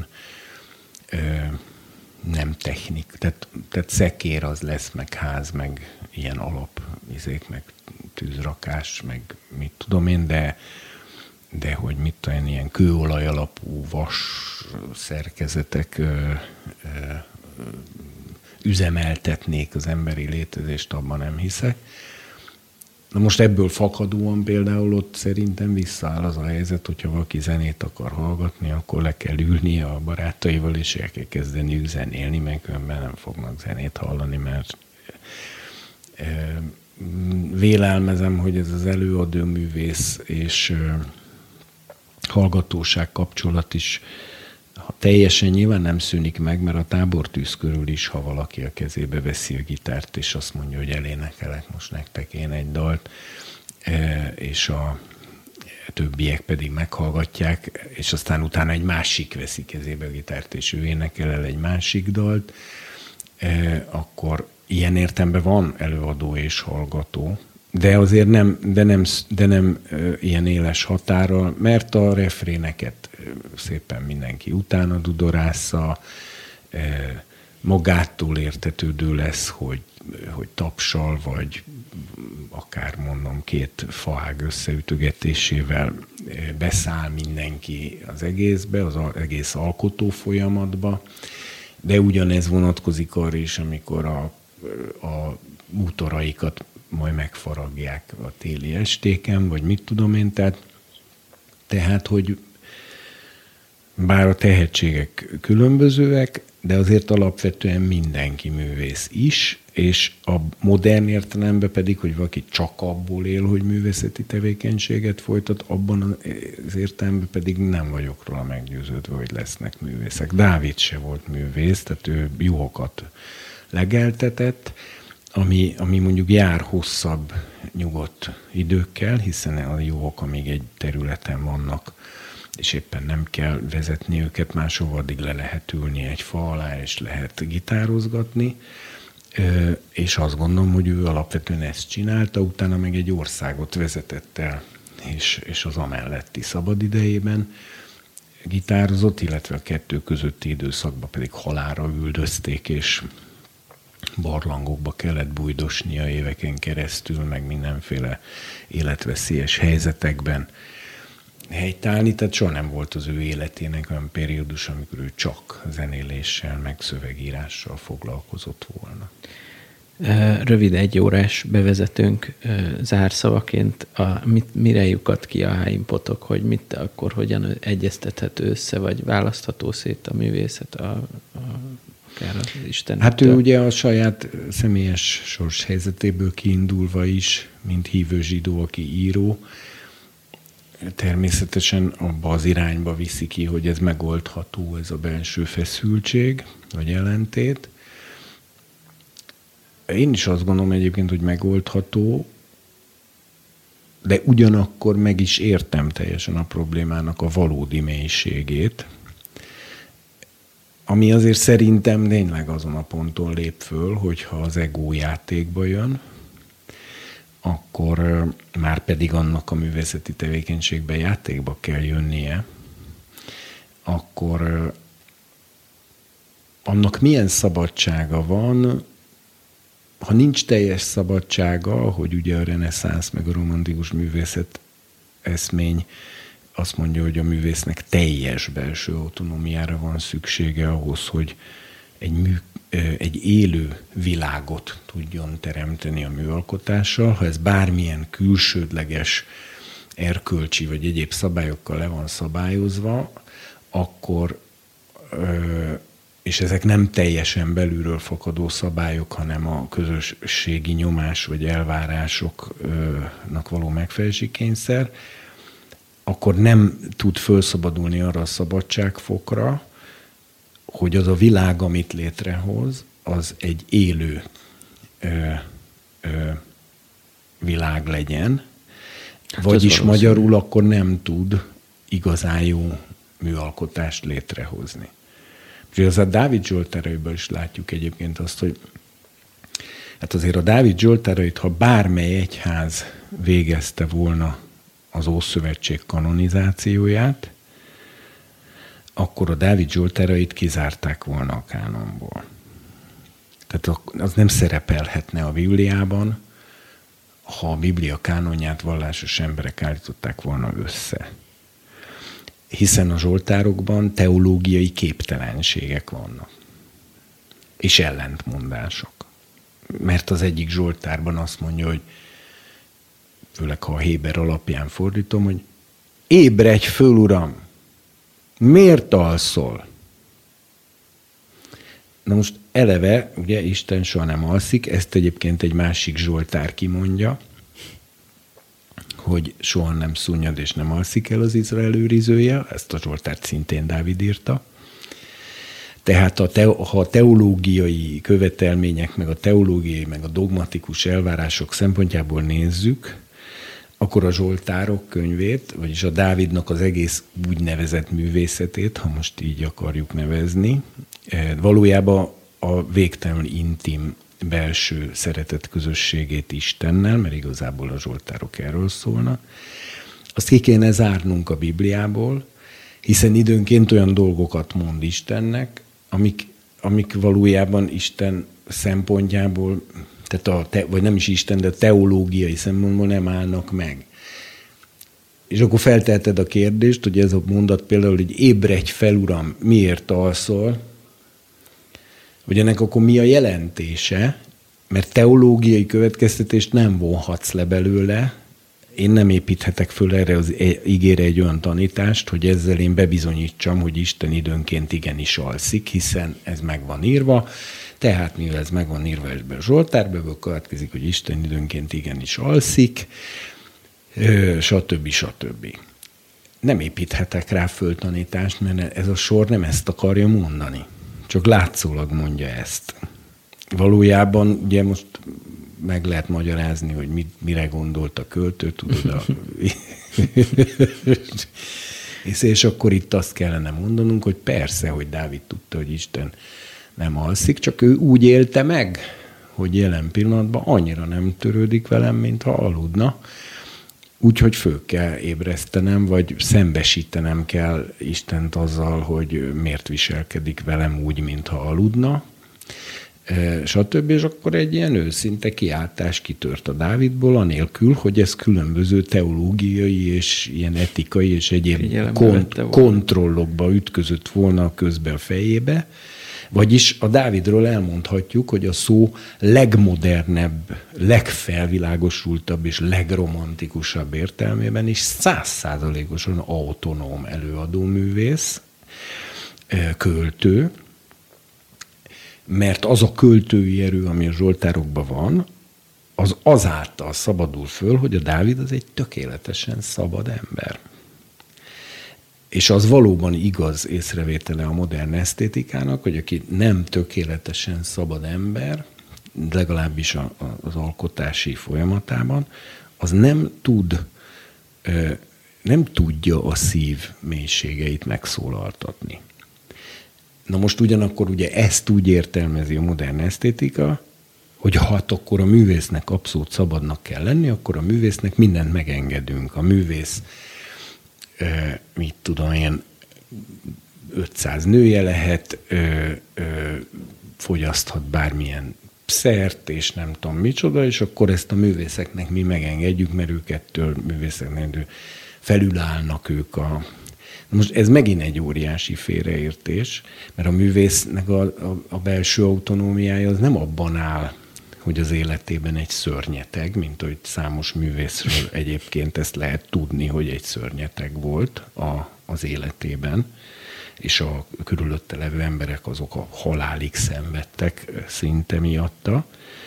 nem technik. Tehát szekér az lesz, meg ház, meg ilyen alapizék, meg tűzrakás, meg mit tudom én, de hogy mit tudom, ilyen kőolaj alapú vas szerkezetek üzemeltetnék az emberi létezést, abban nem hiszek. Na most ebből fakadóan például ott szerintem visszaáll az a helyzet, hogyha valaki zenét akar hallgatni, akkor le kell ülnie a barátaival, és el kell kezdeni zenélni, meg különben nem fognak zenét hallani, mert vélelmezem, hogy ez az előadó művész és hallgatóság kapcsolat is teljesen nyilván nem szűnik meg, mert a tábortűz körül is, ha valaki a kezébe veszi a gitárt, és azt mondja, hogy elénekelek most nektek én egy dalt, és a többiek pedig meghallgatják, és aztán utána egy másik veszi kezébe a gitárt, és ő énekel el egy másik dalt, akkor ilyen értelemben van előadó és hallgató, de azért nem ilyen éles határral, mert a refréneket szépen mindenki utána dudorásza, magától értetődő lesz, hogy tapsal, vagy akár mondom 2 faág összeütögetésével beszáll mindenki az egészbe, az egész alkotó folyamatba, de ugyanez vonatkozik arra is, amikor a bútoraikat majd megfaragják a téli estéken, vagy mit tudom én, tehát, hogy bár a tehetségek különbözőek, de azért alapvetően mindenki művész is, és a modern értelemben pedig, hogy valaki csak abból él, hogy művészeti tevékenységet folytat, abban az értelemben pedig nem vagyok róla meggyőződve, hogy lesznek művészek. Dávid se volt művész, tehát ő juhokat legeltetett, ami mondjuk jár hosszabb, nyugodt időkkel, hiszen a juhok, amíg egy területen vannak, és éppen nem kell vezetni őket máshova, addig le lehet ülni egy fa alá, és lehet gitározgatni, és azt gondolom, hogy ő alapvetően ezt csinálta, utána meg egy országot vezetett el, és az amelletti szabadidejében gitározott, illetve a 2 közötti időszakban pedig halálra üldözték, és barlangokba kellett bújdosnia éveken keresztül, meg mindenféle életveszélyes helyzetekben helytállni, tehát soha nem volt az ő életének olyan periódus, amikor ő csak zenéléssel, meg szövegírással foglalkozott volna. Rövid 1 órás bevezetőnk zárszavaként, mire lyukat ki a Háimpotok, hogy mit akkor hogyan egyeztethető össze, vagy választható szét a művészet akár az Istenettől? Hát ő ugye a saját személyes sors helyzetéből kiindulva is, mint hívő zsidó, aki író, természetesen abba az irányba viszi ki, hogy ez megoldható, ez a belső feszültség, vagy ellentét. Én is azt gondolom egyébként, hogy megoldható, de ugyanakkor meg is értem teljesen a problémának a valódi mélységét, ami azért szerintem tényleg azon a ponton lép föl, hogyha az ego játékba jön, akkor már pedig annak a művészeti tevékenységben játékba kell jönnie, akkor annak milyen szabadsága van, ha nincs teljes szabadsága, hogy ugye a reneszánsz meg a romantikus művészet eszmény azt mondja, hogy a művésznek teljes belső autonómiára van szüksége ahhoz, hogy egy élő világot tudjon teremteni a műalkotással. Ha ez bármilyen külsődleges erkölcsi vagy egyéb szabályokkal le van szabályozva, akkor, és ezek nem teljesen belülről fakadó szabályok, hanem a közösségi nyomás vagy elvárásoknak való megfelelési kényszer, akkor nem tud felszabadulni arra a szabadságfokra, hogy az a világ, amit létrehoz, az egy élő világ legyen, vagyis magyarul akkor nem tud igazán jó műalkotást létrehozni. És az a Dávid Zsoltáraiből is látjuk egyébként azt, hogy hát azért a Dávid Zsoltárait, ha bármely egyház végezte volna az Ószövetség kanonizációját, akkor a Dávid Zsoltárait kizárták volna a kánonból. Tehát az nem szerepelhetne a Bibliában, ha a Biblia kánonját vallásos emberek állították volna össze. Hiszen a zsoltárokban teológiai képtelenségek vannak. és ellentmondások. Mert az egyik Zsoltárban azt mondja, hogy főleg ha a Héber alapján fordítom, hogy ébredj föl, Uram! Miért alszol? Na most eleve, ugye Isten soha nem alszik, ezt egyébként egy másik Zsoltár kimondja, hogy soha nem szunnyad és nem alszik el az Izrael őrizője, ezt a Zsoltárt szintén Dávid írta. Tehát ha a teológiai követelmények, meg a teológiai, meg a dogmatikus elvárások szempontjából nézzük, akkor a Zsoltárok könyvét, vagyis a Dávidnak az egész úgynevezett művészetét, ha most így akarjuk nevezni, valójában a végtelenül intim belső szeretet közösségét Istennel, mert igazából a Zsoltárok erről szólnak, azt ki kéne zárnunk a Bibliából, hiszen időnként olyan dolgokat mond Istennek, amik valójában Isten szempontjából, tehát vagy nem is Isten, de a teológiai szempontból nem állnak meg. És akkor felteheted a kérdést, hogy ez a mondat például, hogy ébredj fel, Uram, miért alszol? Hogy ennek akkor mi a jelentése? Mert teológiai következtetést nem vonhatsz le belőle. Én nem építhetek föl erre az igére egy olyan tanítást, hogy ezzel én bebizonyítsam, hogy Isten időnként igenis alszik, hiszen ez meg van írva. Tehát mivel ez meg van írva ebben a Zsoltárban, ebből következik, hogy Isten időnként igenis alszik, stb. Nem építhetek rá föltanítást, mert ez a sor nem ezt akarja mondani. Csak látszólag mondja ezt. Valójában ugye most meg lehet magyarázni, hogy mire gondolt a költő, tudod, és akkor itt azt kellene mondanunk, hogy persze, hogy Dávid tudta, hogy Isten nem alszik, csak ő úgy élte meg, hogy jelen pillanatban annyira nem törődik velem, mintha aludna. Úgyhogy föl kell ébresztenem, vagy szembesítenem kell Istent azzal, hogy miért viselkedik velem úgy, mintha aludna, stb. És akkor egy ilyen őszinte kiáltás kitört a Dávidból, anélkül, hogy ez különböző teológiai és ilyen etikai és egyéb kontrollokba ütközött volna közbe a fejébe. Vagyis a Dávidról elmondhatjuk, hogy a szó legmodernebb, legfelvilágosultabb és legromantikusabb értelmében is 100%-osan autonóm előadóművész, költő, mert az a költői erő, ami a Zsoltárokban van, az azáltal szabadul föl, hogy a Dávid az egy tökéletesen szabad ember. És az valóban igaz észrevétele a modern esztétikának, hogy aki nem tökéletesen szabad ember, legalábbis az alkotási folyamatában, az nem tudja a szív mélységeit megszólaltatni. Na most ugyanakkor ugye ezt úgy értelmezi a modern esztétika, hogy hát akkor a művésznek abszolút szabadnak kell lenni, akkor a művésznek mindent megengedünk. A művész mit tudom én, 500 nője lehet, fogyaszthat bármilyen szert, és nem tudom micsoda, és akkor ezt a művészeknek mi megengedjük, mert őkettől művészeknek felülállnak ők Na most ez megint egy óriási félreértés, mert a művésznek a belső autonómiája az nem abban áll, hogy az életében egy szörnyeteg, mint hogy számos művészről egyébként ezt lehet tudni, hogy egy szörnyeteg volt az életében, és a körülötte levő emberek azok a halálig szenvedtek szinte miatta.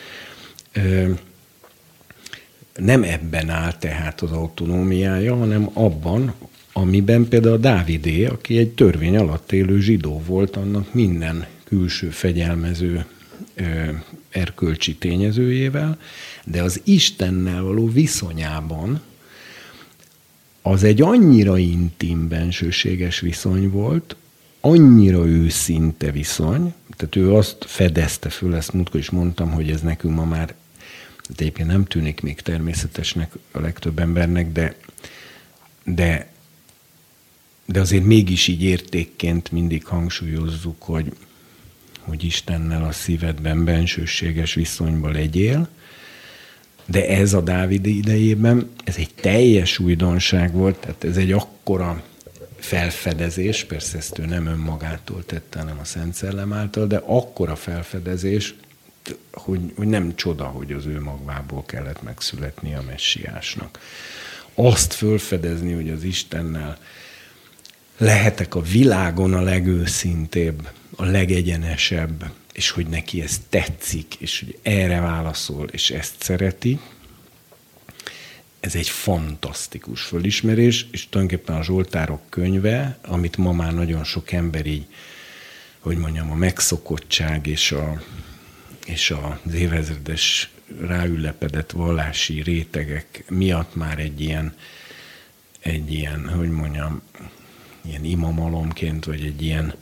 Nem ebben áll tehát az autonómiája, hanem abban, amiben például a Dávidé, aki egy törvény alatt élő zsidó volt, annak minden külső fegyelmező erkölcsi tényezőjével, de az Istennel való viszonyában az egy annyira intim, bensőséges viszony volt, annyira őszinte viszony, tehát ő azt fedezte föl, ezt múltkor is mondtam, hogy ez nekünk ma már egyébként nem tűnik még természetesnek a legtöbb embernek, de azért mégis így értékként mindig hangsúlyozzuk, hogy Istennel a szívedben bensőséges viszonyban legyél, de ez a Dávid idejében, ez egy teljes újdonság volt, tehát ez egy akkora felfedezés, persze ezt ő nem önmagától tette, hanem a Szent Szellem által, de akkora felfedezés, hogy nem csoda, hogy az ő magvából kellett megszületni a messiásnak. Azt fölfedezni, hogy az Istennel lehetek a világon a legőszintébb, a legegyenesebb, és hogy neki ez tetszik, és hogy erre válaszol, és ezt szereti, ez egy fantasztikus fölismerés, és tulajdonképpen a Zsoltárok könyve, amit ma már nagyon sok ember így, hogy mondjam, a megszokottság és az évezredes ráüllepedett vallási rétegek miatt már egy ilyen, hogy mondjam, ilyen imamalomként, vagy egy ilyen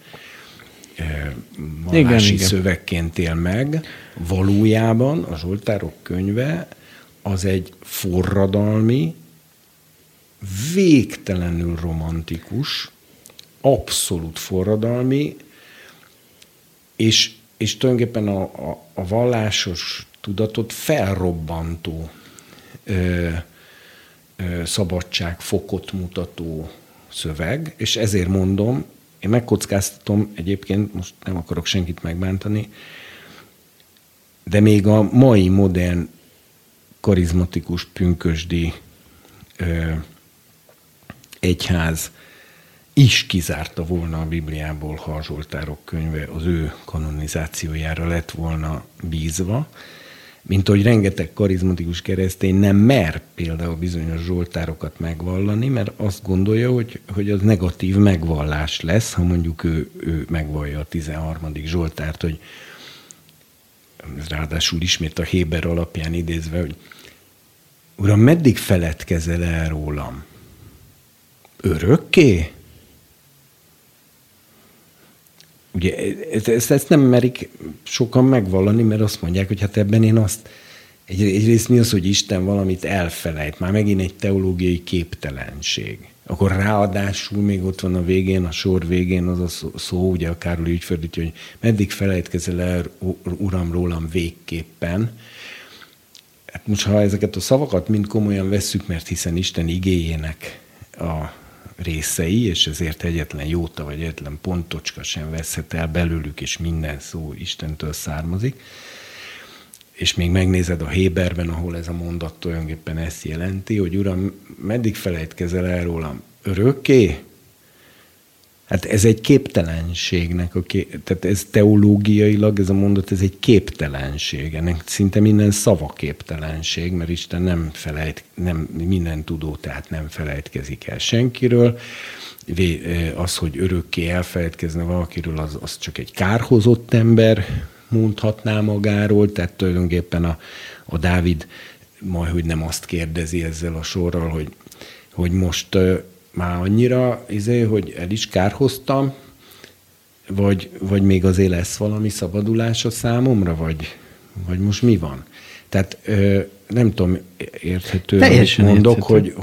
vallási szövegként él meg. Valójában a Zsoltárok könyve az egy forradalmi, végtelenül romantikus, abszolút forradalmi, és tulajdonképpen a vallásos tudatot felrobbantó szabadságfokot mutató szöveg, és ezért mondom, én megkockáztatom, egyébként most nem akarok senkit megbántani, de még a mai modern karizmatikus pünkösdi egyház is kizárta volna a Bibliából, ha a Zsoltárok könyve az ő kanonizációjára lett volna bízva, mint ahogy rengeteg karizmatikus keresztény nem mer például bizonyos zsoltárokat megvallani, mert azt gondolja, hogy az negatív megvallás lesz, ha mondjuk ő megvallja a 13. Zsoltárt, hogy ráadásul ismét a Héber alapján idézve, hogy Uram, meddig feledkezel el rólam? Örökké? Ugye ezt nem merik sokan megvallani, mert azt mondják, hogy hát ebben én azt... Egyrészt mi az, hogy Isten valamit elfelejt? Már megint egy teológiai képtelenség. Akkor ráadásul még ott van a végén, a sor végén az a szó, ugye a Károli úgy fordítja, hogy meddig felejtkezel el, Uram, rólam végképpen. Hát most, ha ezeket a szavakat mind komolyan vesszük, mert hiszen Isten igéjének a részei, és ezért egyetlen jóta vagy egyetlen pontocska sem veszhet el belőlük, és minden szó Istentől származik. És még megnézed a Héberben, ahol ez a mondat tulajdonképpen ezt jelenti, hogy Uram, meddig felejtkezel el rólam? Örökké? Hát ez egy képtelenségnek, tehát ez teológiailag, ez a mondat, ez egy képtelenség. Ennek szinte minden szava képtelenség, mert Isten nem minden tudó, tehát nem felejtkezik el senkiről. Az, hogy örökké elfelejtkezne valakiről, az csak egy kárhozott ember mondhatná magáról, tehát tulajdonképpen a Dávid majdhogy nem azt kérdezi ezzel a sorral, hogy most már annyira, hogy el is kárhoztam, vagy még azért lesz valami szabadulás a számomra, vagy most mi van? Tehát nem tudom, érthető, amit mondok,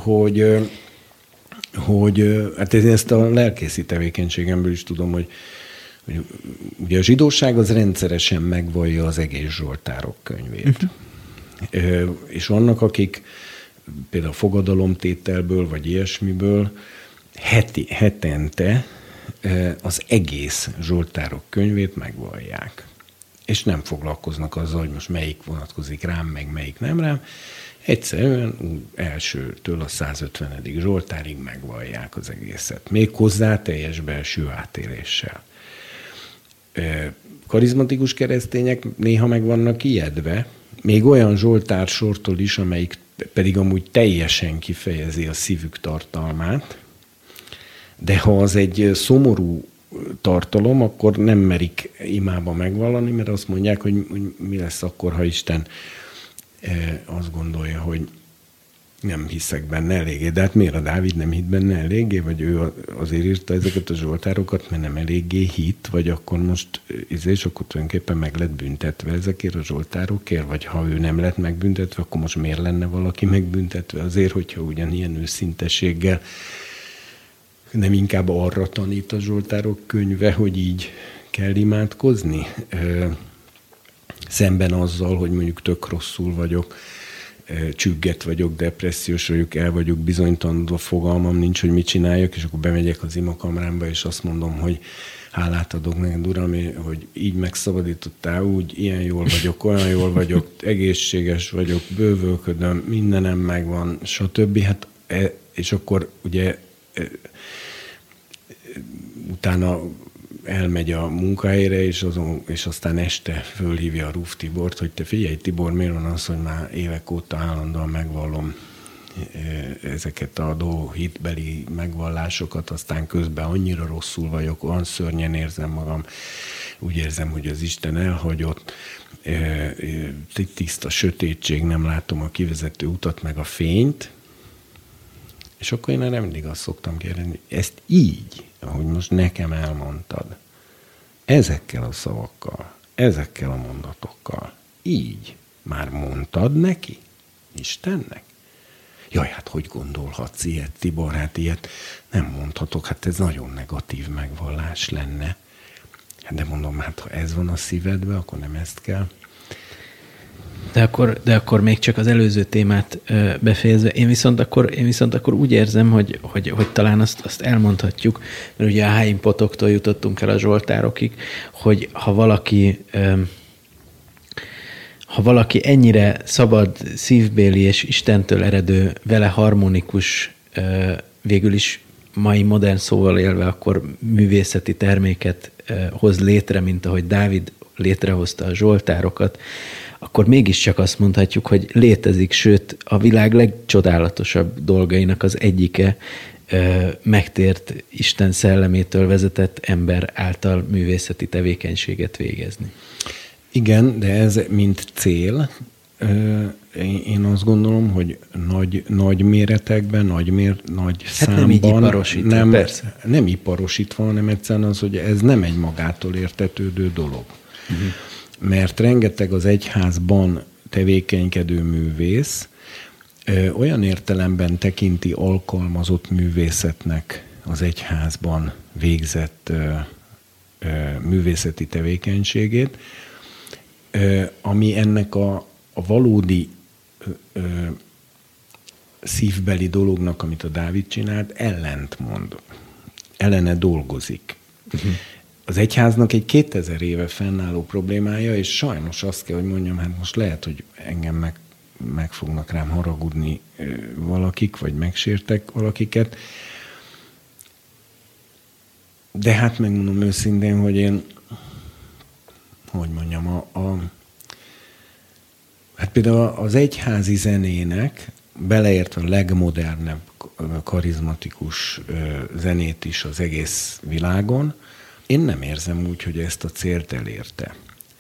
hogy hát én ezt a lelkészi tevékenységemből is tudom, hogy ugye a zsidóság az rendszeresen megvallja az egész Zsoltárok könyvét. És vannak, akik például fogadalomtételből, vagy ilyesmiből hetente az egész Zsoltárok könyvét megvallják. És nem foglalkoznak azzal, hogy most melyik vonatkozik rám, meg melyik nem rám. Egyszerűen elsőtől a 150. Zsoltárig megvallják az egészet. Méghozzá teljes belső átéléssel. Karizmatikus keresztények néha meg vannak ijedve, még olyan Zsoltár sortól is, amelyik pedig amúgy teljesen kifejezi a szívük tartalmát, de ha az egy szomorú tartalom, akkor nem merik imába megvallani, mert azt mondják, hogy mi lesz akkor, ha Isten azt gondolja, hogy nem hiszek benne eléggé. De hát miért a Dávid nem hitt benne eléggé? Vagy ő azért írta ezeket a zsoltárokat, mert nem eléggé hitt? Vagy akkor most, és akkor tulajdonképpen meg lett büntetve ezekért a zsoltárokért? Vagy ha ő nem lett megbüntetve, akkor most miért lenne valaki megbüntetve? Azért, hogyha ugyanilyen őszinteséggel nem inkább arra tanít a Zsoltárok könyve, hogy így kell imádkozni? Szemben azzal, hogy mondjuk tök rosszul vagyok, csügget vagyok, depressziós vagyok, el vagyok bizonytalanodva, fogalmam nincs, hogy mit csináljak, és akkor bemegyek az imakamrámba, és azt mondom, hogy hálát adok neked, Uram, hogy így megszabadítottál, úgy, ilyen jól vagyok, olyan jól vagyok, egészséges vagyok, bővölködöm, mindenem megvan, stb. Hát, és akkor ugye utána elmegy a munkahelyre, és aztán este fölhívja a Ruf Tibort, hogy te figyelj, Tibor, miért van az, hogy már évek óta állandóan megvallom ezeket a hitbeli megvallásokat, aztán közben annyira rosszul vagyok, olyan szörnyen érzem magam, úgy érzem, hogy az Isten elhagyott, tiszta sötétség, nem látom a kivezető utat, meg a fényt, és akkor én erre mindig azt szoktam kérdezni, ezt így, ahogy most nekem elmondtad, ezekkel a szavakkal, ezekkel a mondatokkal, így már mondtad neki, Istennek? Jaj, hát hogy gondolhatsz ilyet, Tibor, hát ilyet nem mondhatok, hát ez nagyon negatív megvallás lenne. Hát de mondom, hát ha ez van a szívedben, akkor nem ezt kell. De akkor még csak az előző témát befejezve, én viszont akkor úgy érzem, hogy talán azt elmondhatjuk, mert ugye a háimpotoktól jutottunk el a zsoltárokig, hogy ha valaki ennyire szabad, szívbéli és Istentől eredő, vele harmonikus, végül is mai modern szóval élve, akkor művészeti terméket hoz létre, mint ahogy Dávid létrehozta a zsoltárokat, akkor mégiscsak azt mondhatjuk, hogy létezik, sőt a világ legcsodálatosabb dolgainak az egyike megtért Isten szellemétől vezetett ember által művészeti tevékenységet végezni. Igen, de ez mint cél, én azt gondolom, hogy nagy méretekben, nagy számban. Nem így iparosítva, persze. Nem iparosítva, hanem egyszerűen az, hogy ez nem egy magától értetődő dolog. Uh-huh. Mert rengeteg az egyházban tevékenykedő művész olyan értelemben tekinti alkalmazott művészetnek az egyházban végzett művészeti tevékenységét, ami ennek a valódi szívbeli dolognak, amit a Dávid csinált, ellentmond. Ellene dolgozik. Uh-huh. Az egyháznak egy 2000 éve fennálló problémája, és sajnos azt kell, hogy mondjam, hát most lehet, hogy engem meg fognak rám haragudni valakik, vagy megsértek valakiket, de hát megmondom őszintén, hogy én, hogy mondjam, hát például az egyházi zenének, beleértve a legmodernebb, karizmatikus zenét is az egész világon, én nem érzem úgy, hogy ezt a célt elérte.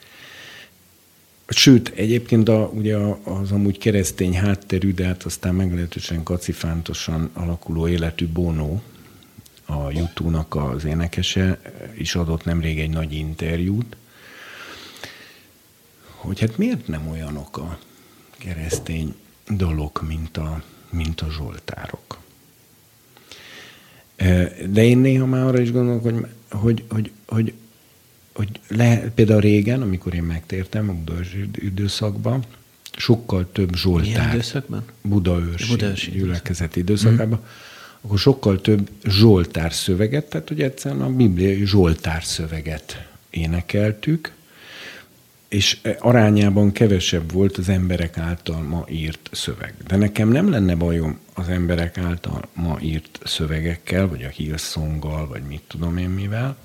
Sőt, egyébként ugye az amúgy keresztény hátterű, de hát aztán meglehetősen kacifántosan alakuló életű Bono, a U2-nak az énekese, is adott nemrég egy nagy interjút, hogy hát miért nem olyanok a keresztény dalok, mint a zsoltárok. De én néha már arra is gondolok, hogy például régen, amikor én megtértem a budaörsi időszakban, sokkal több zsoltár. Milyen időszakban? Budaörsi gyülekezeti időszakában, akkor sokkal több zsoltár szöveget, tehát hogy egyszerűen a bibliai zsoltár szöveget énekeltük, és arányában kevesebb volt az emberek által ma írt szöveg. De nekem nem lenne bajom az emberek által ma írt szövegekkel, vagy a Hillsonggal, vagy mit tudom én mivel.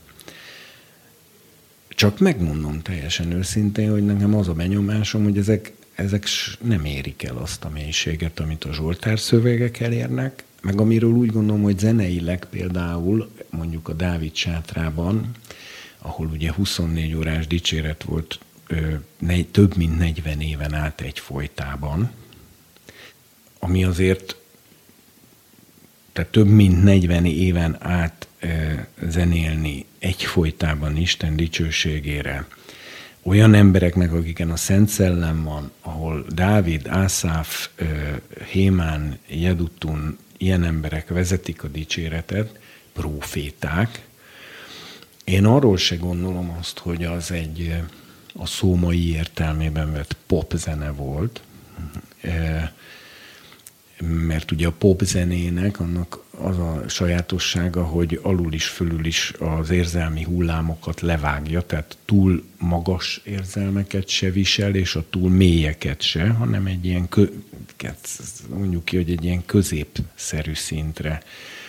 Csak megmondom teljesen őszintén, hogy nekem az a benyomásom, hogy ezek nem érik el azt a mélységet, amit a zsoltár szövegek elérnek, meg amiről úgy gondolom, hogy zeneileg például mondjuk a Dávid sátrában, ahol ugye 24 órás dicséret volt több mint 40 éven át egyfolytában, ami azért, tehát több mint 40 éven át zenélni egyfolytában Isten dicsőségére, olyan embereknek, akiken a Szent Szellem van, ahol Dávid, Ászáf, Hémán, Jeduttun, ilyen emberek vezetik a dicséretet, próféták. Én arról se gondolom azt, hogy az a szó mai értelmében vett popzene volt. mert ugye a pop zenének annak az a sajátossága, hogy alul is, fölül is az érzelmi hullámokat levágja, tehát túl magas érzelmeket se visel, és a túl mélyeket se, hanem egy ilyen, mondjuk ki, hogy egy ilyen középszerű szintre,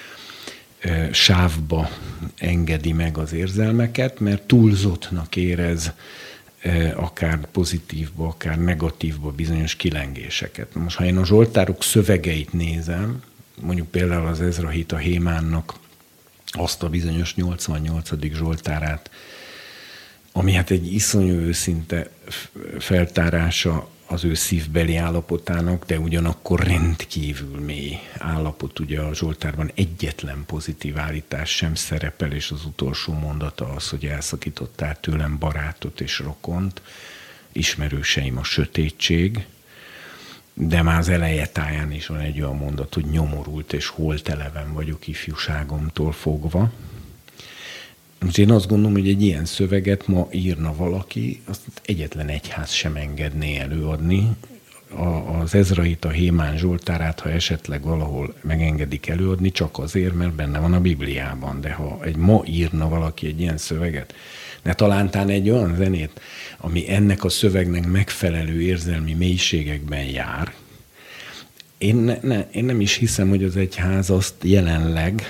sávba engedi meg az érzelmeket, mert túlzottnak érez akár pozitívba, akár negatívba bizonyos kilengéseket. Most, ha én a zsoltárok szövegeit nézem, mondjuk például az Ezrahita Hémánnak azt a bizonyos 88. zsoltárát, ami hát egy iszonyú őszinte feltárása az ő szívbeli állapotának, de ugyanakkor rendkívül mély állapot. Ugye a zsoltárban egyetlen pozitív állítás sem szerepel, és az utolsó mondata az, hogy elszakítottál tőlem barátot és rokont, ismerőseim a sötétség, de már az eleje táján is van egy olyan mondat, hogy nyomorult és holteleven vagyok ifjúságomtól fogva. Most én azt gondolom, hogy egy ilyen szöveget ma írna valaki, azt egyetlen egyház sem engedné előadni. Az Ezrahita Hémán zsoltárát, ha esetleg valahol megengedik előadni, csak azért, mert benne van a Bibliában. De ha ma írna valaki egy ilyen szöveget, ne talántán egy olyan zenét, ami ennek a szövegnek megfelelő érzelmi mélységekben jár, én nem is hiszem, hogy az egyház azt jelenleg...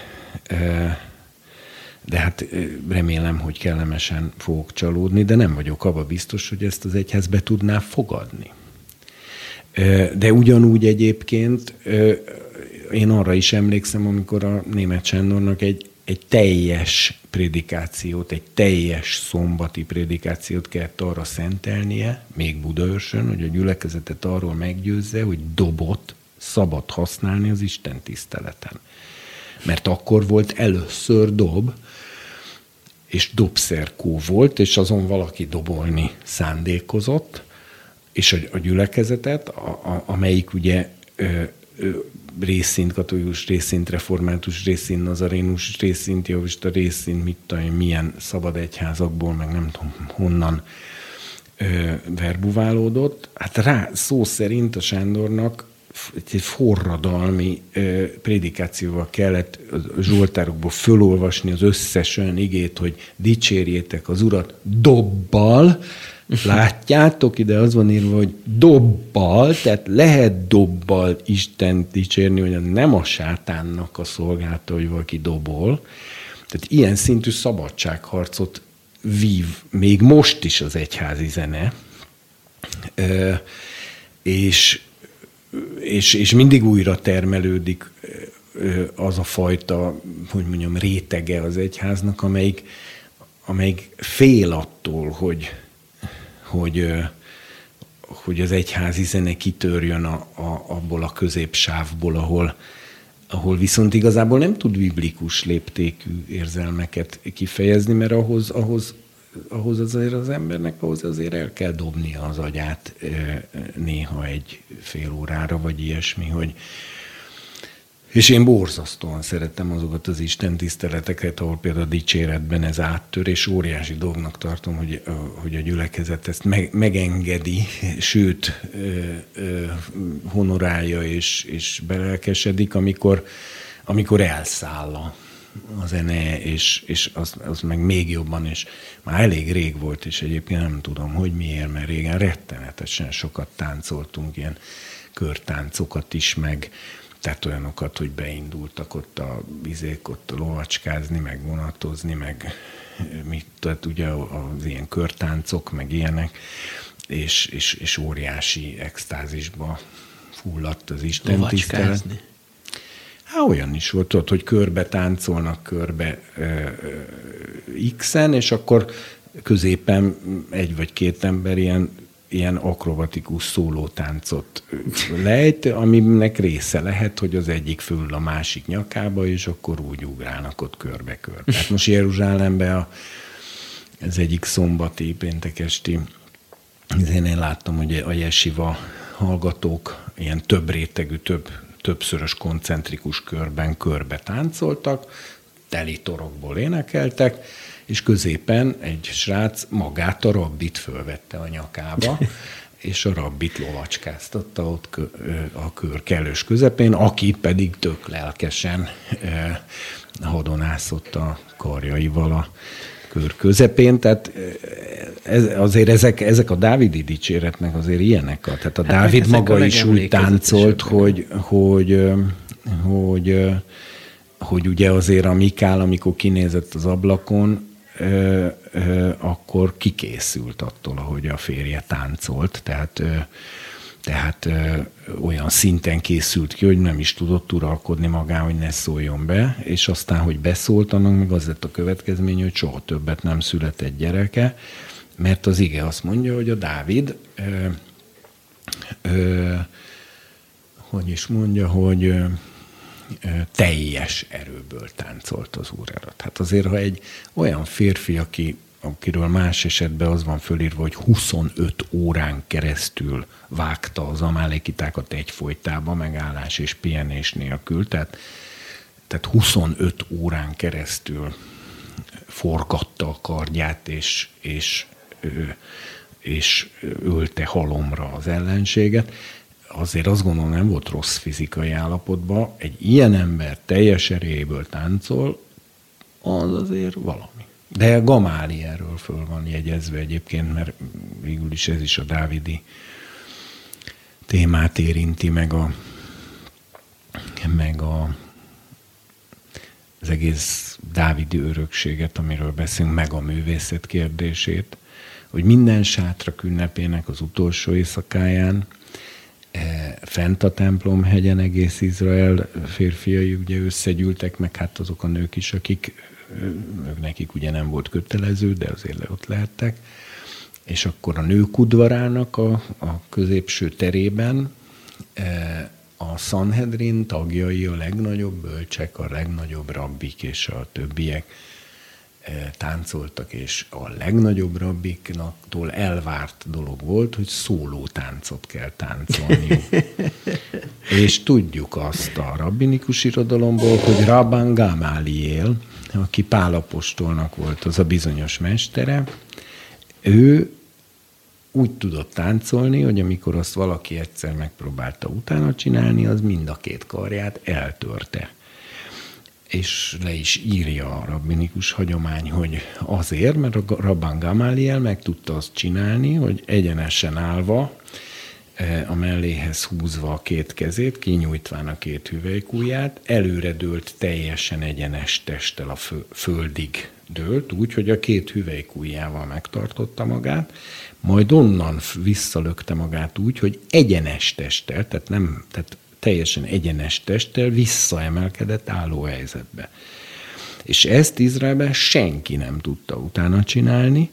de hát remélem, hogy kellemesen fogok csalódni, de nem vagyok abban biztos, hogy ezt az egyház be tudná fogadni. De ugyanúgy egyébként én arra is emlékszem, amikor a Németh Sándornak egy teljes prédikációt, egy teljes szombati prédikációt kellett arra szentelnie, még Budaörsön, hogy a gyülekezetet arról meggyőzze, hogy dobot szabad használni az Isten tiszteleten. Mert akkor volt először dob, és dobszerkó volt, és azon valaki dobolni szándékozott, és a gyülekezetet, amelyik ugye részint katolikus, részint református, részint nazarénus, részint javista, részint mit tudom, milyen szabad egyházakból, meg nem tudom honnan verbuválódott. Hát rá szó szerint a Sándornak egy forradalmi prédikációval kellett a zsoltárokból fölolvasni az összes olyan igét, hogy dicsérjétek az Urat dobbal. Látjátok, ide az van írva, hogy dobbal, tehát lehet dobbal Istent dicsérni, hogy nem a sátánnak a szolgálta, hogy valaki dobol. Tehát ilyen szintű szabadságharcot vív még most is az egyházi zene. És mindig újra termelődik az a fajta, hogy mondjam, rétege az egyháznak, amelyik fél attól, hogy az egyházi zene kitörjön abból a középsávból, ahol viszont igazából nem tud biblikus léptékű érzelmeket kifejezni, mert ahhoz azért az embernek azért el kell dobnia az agyát néha egy fél órára, vagy ilyesmi, hogy... És én borzasztóan szeretem azokat az istentiszteleteket, ahol például a dicséretben ez áttör, és óriási dolognak tartom, hogy a gyülekezet ezt megengedi, sőt, honorálja és belelkesedik, amikor elszáll a zene, és az meg még jobban, és már elég rég volt, és egyébként nem tudom, hogy miért, mert régen rettenetesen sokat táncoltunk, ilyen körtáncokat is, meg tehát olyanokat, hogy beindultak ott ott lovacskázni, meg vonatozni, meg tehát ugye az ilyen körtáncok, meg ilyenek, és óriási extázisba fulladt az istentisztelet. Hát olyan is volt, tudod, hogy körbe táncolnak, körbe X-en, és akkor középen egy vagy két ember ilyen akrobatikus szólótáncot lejt, aminek része lehet, hogy az egyik fölül a másik nyakába, és akkor úgy ugrálnak ott körbe-körbe. Hát most Jeruzsálemben az egyik szombati, péntekesti, én láttam, hogy a jesiva hallgatók ilyen több rétegű, többszörös koncentrikus körben körbe táncoltak, teli torokból énekeltek, és középen egy srác magát a rabbit fölvette a nyakába, és a rabbit lovacskáztatta ott a kör kellős közepén, aki pedig tök lelkesen hadonászott a karjaival a kör közepén. Tehát azért ezek a dávidi dicséretnek azért ilyenek. Tehát a Dávid maga is úgy táncolt, hogy ugye azért a Mikál, amikor kinézett az ablakon, akkor kikészült attól, ahogy a férje táncolt. Tehát olyan szinten készült ki, hogy nem is tudott uralkodni magán, hogy ne szóljon be, és aztán, hogy beszólt, annak meg az lett a következmény, hogy soha többet nem született gyereke, mert az ige azt mondja, hogy a Dávid hogy teljes erőből táncolt az Úr előtt. Hát azért, ha egy olyan férfi, akiről más esetben az van fölírva, hogy 25 órán keresztül vágta az amálekitákat egyfolytában, megállás és pihenés nélkül, tehát 25 órán keresztül forgatta a kardját, és ölte halomra az ellenséget, azért azt gondolom, nem volt rossz fizikai állapotban. Egy ilyen ember teljes erejéből táncol, az azért valami. De Gamálielről föl van jegyezve egyébként, mert végül is ez is a dávidi témát érinti, meg az egész dávidi örökséget, amiről beszélünk, meg a művészet kérdését, hogy minden sátrak ünnepének az utolsó éjszakáján fent a templomhegyen egész Izrael férfiai ugye összegyűltek, meg hát azok a nők is, nekik ugye nem volt kötelező, de azért ott lehettek. És akkor a nők udvarának a középső terében a Sanhedrin tagjai, a legnagyobb bölcsek, a legnagyobb rabbik és a többiek táncoltak, és a legnagyobb rabbiknaktól elvárt dolog volt, hogy szóló táncot kell táncolniuk. És tudjuk azt a rabbinikus irodalomból, hogy Rabban Gamáliel, aki Pál apostolnak volt az a bizonyos mestere, ő úgy tudott táncolni, hogy amikor azt valaki egyszer megpróbálta utána csinálni, az mind a két karját eltörte. És le is írja a rabbinikus hagyomány, hogy azért, mert a Rabban Gamáliel meg tudta azt csinálni, hogy egyenesen állva, a melléhez húzva a két kezét, kinyújtván a két hüvelykujját, előre dőlt teljesen egyenes testtel a földig dőlt, úgy, hogy a két hüvelykujjával megtartotta magát, majd onnan visszalökte magát úgy, hogy egyenes testtel, tehát teljesen egyenes testtel visszaemelkedett álló helyzetbe. És ezt Izraelben senki nem tudta utána csinálni,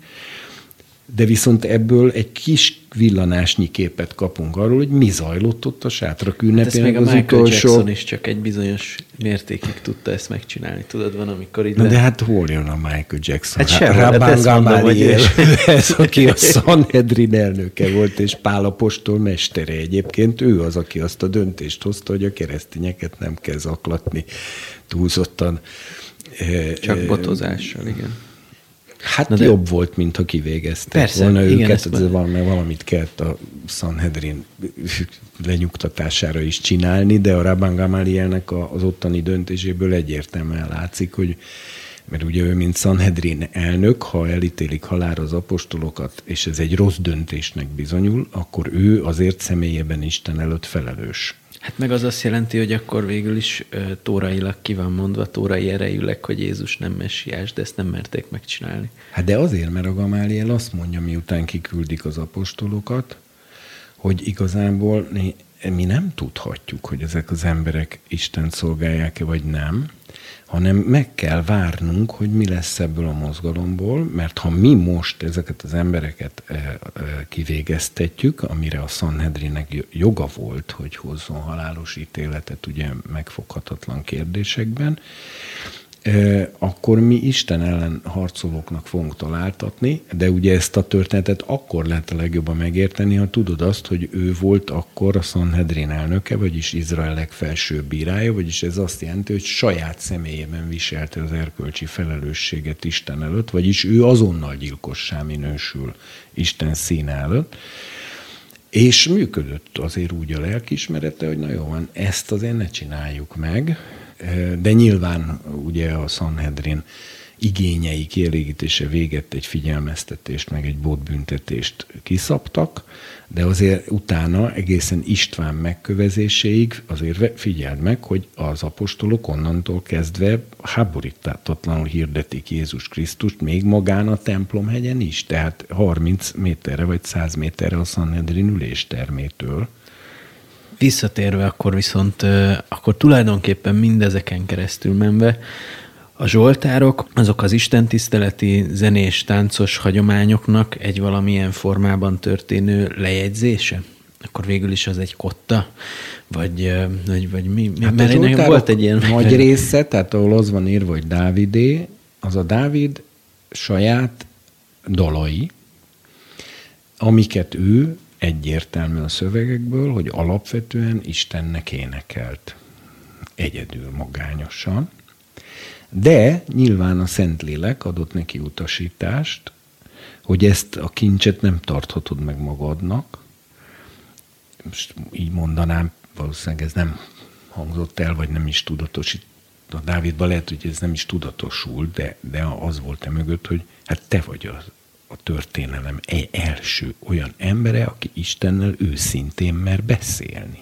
de viszont ebből egy kis villanásnyi képet kapunk arról, hogy mi zajlott ott a sátrak ünnepén. Hát ez még a Michael Jackson is csak egy bizonyos mértékig tudta ezt megcsinálni. Tudod, van, amikor így... De hát hol jön a Michael Jackson? Hát Rabban Gamáliel, ez aki a Sanhedrin elnöke volt, és Pál apostol mestere egyébként. Ő az, aki azt a döntést hozta, hogy a keresztényeket nem kell zaklatni túlzottan. Csak botozással, igen. Hát jobb volt, mintha kivégezték volna őket, valamit kellett a Sanhedrin lenyugtatására is csinálni, de a Rabban Gamalielnek az ottani döntéséből egyértelműen látszik, hogy mert ugye ő, mint Sanhedrin elnök, ha elítélik halálra az apostolokat, és ez egy rossz döntésnek bizonyul, akkor ő azért személyében Isten előtt felelős. Hát meg az azt jelenti, hogy akkor végül is tórailag ki van mondva, tórai erejűleg, hogy Jézus nem messiás, de ezt nem merték megcsinálni. Hát de azért, mert a Gamáliel azt mondja, miután kiküldik az apostolokat, hogy igazából mi nem tudhatjuk, hogy ezek az emberek Istent szolgálják-e, vagy nem, hanem meg kell várnunk, hogy mi lesz ebből a mozgalomból, mert ha mi most ezeket az embereket kivégeztetjük, amire a Sanhedrinnek joga volt, hogy hozzon halálos ítéletet ugye megfoghatatlan kérdésekben, akkor mi Isten ellen harcolóknak fogunk találtatni, de ugye ezt a történetet akkor lehet a legjobban megérteni, ha tudod azt, hogy ő volt akkor a Sanhedrin elnöke, vagyis Izrael legfelsőbb bírája, vagyis ez azt jelenti, hogy saját személyében viselte az erkölcsi felelősséget Isten előtt, vagyis ő azonnal gyilkossá minősül Isten színe előtt. És működött azért úgy a lelkiismerete, hogy na jó van, ezt azért ne csináljuk meg, de nyilván ugye a Sanhedrin igényei kielégítése véget egy figyelmeztetést, meg egy botbüntetést kiszabtak, de azért utána egészen István megkövezéséig azért figyeld meg, hogy az apostolok onnantól kezdve háborítatlanul hirdetik Jézus Krisztust, még magán a templomhegyen is, tehát 30 méterre vagy 100 méterre a Sanhedrin üléstermétől. Visszatérve akkor viszont, akkor tulajdonképpen mindezeken keresztül menve, a zsoltárok, azok az istentiszteleti, zenés, táncos hagyományoknak egy valamilyen formában történő lejegyzése? Akkor végül is az egy kotta? Vagy mi? Hát mert nekem volt egy ilyen nagy része, tehát ahol az van írva, hogy Dávidé, az a Dávid saját dalai, amiket ő egyértelmű a szövegekből, hogy alapvetően Istennek énekelt. Egyedül, magányosan. De nyilván a Szentlélek adott neki utasítást, hogy ezt a kincset nem tarthatod meg magadnak. Most így mondanám, valószínűleg ez nem hangzott el, vagy nem is tudatosít. A Dávidban lehet, hogy ez nem is tudatosul, de az volt mögött, hogy hát te vagy a történelem első olyan embere, aki Istennel őszintén mer beszélni.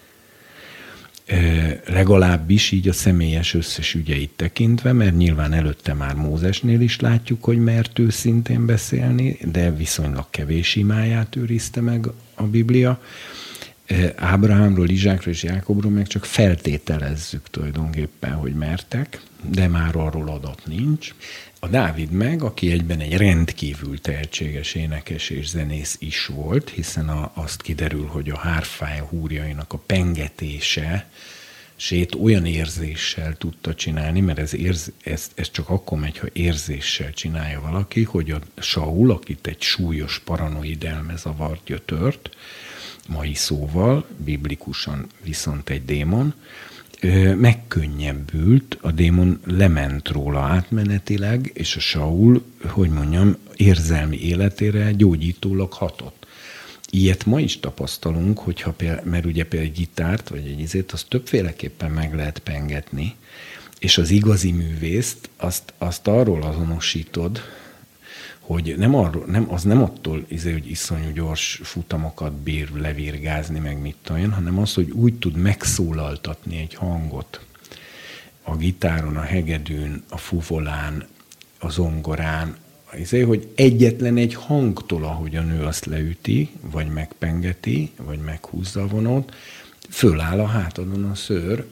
Legalábbis így a személyes összes ügyeit tekintve, mert nyilván előtte már Mózesnél is látjuk, hogy mert őszintén beszélni, de viszonylag kevés imáját őrizte meg a Biblia. Ábrahámról, Izsákról és Jákobról meg csak feltételezzük tulajdonképpen, hogy mertek, de már arról adat nincs. A Dávid meg, aki egyben egy rendkívül tehetséges énekes és zenész is volt, hiszen azt kiderül, hogy a hárfája húrjainak a pengetése olyan érzéssel tudta csinálni, mert ez csak akkor megy, ha érzéssel csinálja valaki, hogy a Saul, akit egy súlyos paranoid elmezavar gyötört, mai szóval, biblikusan viszont egy démon, megkönnyebbült, a démon lement róla átmenetileg, és a Saul, hogy mondjam, érzelmi életére gyógyítólag hatott. Ilyet ma is tapasztalunk, mert ugye például egy gitárt, vagy egy izét, azt többféleképpen meg lehet pengetni, és az igazi művészt, azt arról azonosítod, hogy az nem attól, hogy iszonyú gyors futamokat bír levirgázni, meg mit tudom, hanem az, hogy úgy tud megszólaltatni egy hangot a gitáron, a hegedűn, a fuvolán, a zongorán, hogy egyetlen egy hangtól, ahogy a nő azt leüti, vagy megpengeti, vagy meghúzza a vonót, föláll a hátadon a szőr,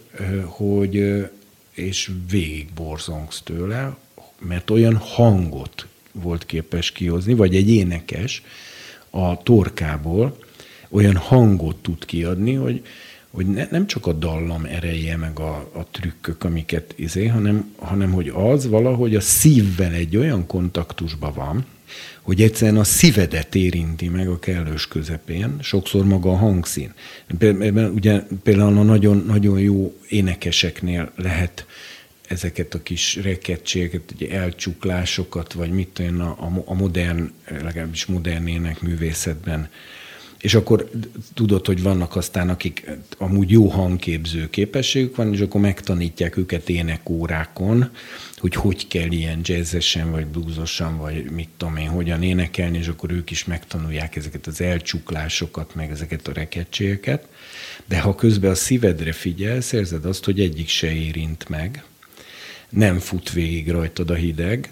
és végig borzongsz tőle, mert olyan hangot volt képes kihozni, vagy egy énekes a torkából olyan hangot tud kiadni, hogy nem csak a dallam ereje, meg a trükkök, amiket hanem hogy az valahogy a szívvel egy olyan kontaktusban van, hogy egyszerűen a szívedet érinti meg a kellős közepén, sokszor maga a hangszín. Például a nagyon, nagyon jó énekeseknél lehet ezeket a kis rekedtségeket, elcsuklásokat, vagy mit tudom, a modern, legalábbis modern énekművészetben. És akkor tudod, hogy vannak aztán, akik amúgy jó hangképző képességük van, és akkor megtanítják őket énekórákon, hogy kell ilyen jazzesen, vagy bluesosan, vagy mit tudom én, hogyan énekelni, és akkor ők is megtanulják ezeket az elcsuklásokat, meg ezeket a rekedtségeket. De ha közben a szívedre figyelsz, érzed azt, hogy egyik se érint meg, nem fut végig rajtad a hideg.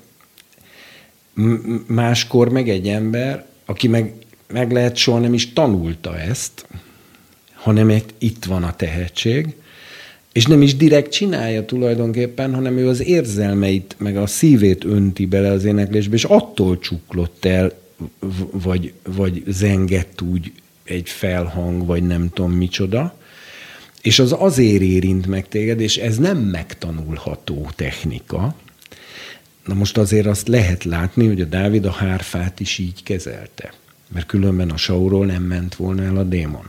Máskor meg egy ember, aki meg lehet soha nem is tanulta ezt, hanem itt van a tehetség, és nem is direkt csinálja tulajdonképpen, hanem ő az érzelmeit, meg a szívét önti bele az éneklésbe, és attól csuklott el, vagy zengett úgy egy felhang, vagy nem tudom micsoda, és az azért érint meg téged, és ez nem megtanulható technika. Na most azért azt lehet látni, hogy a Dávid a hárfát is így kezelte, mert különben a Saulról nem ment volna el a démon.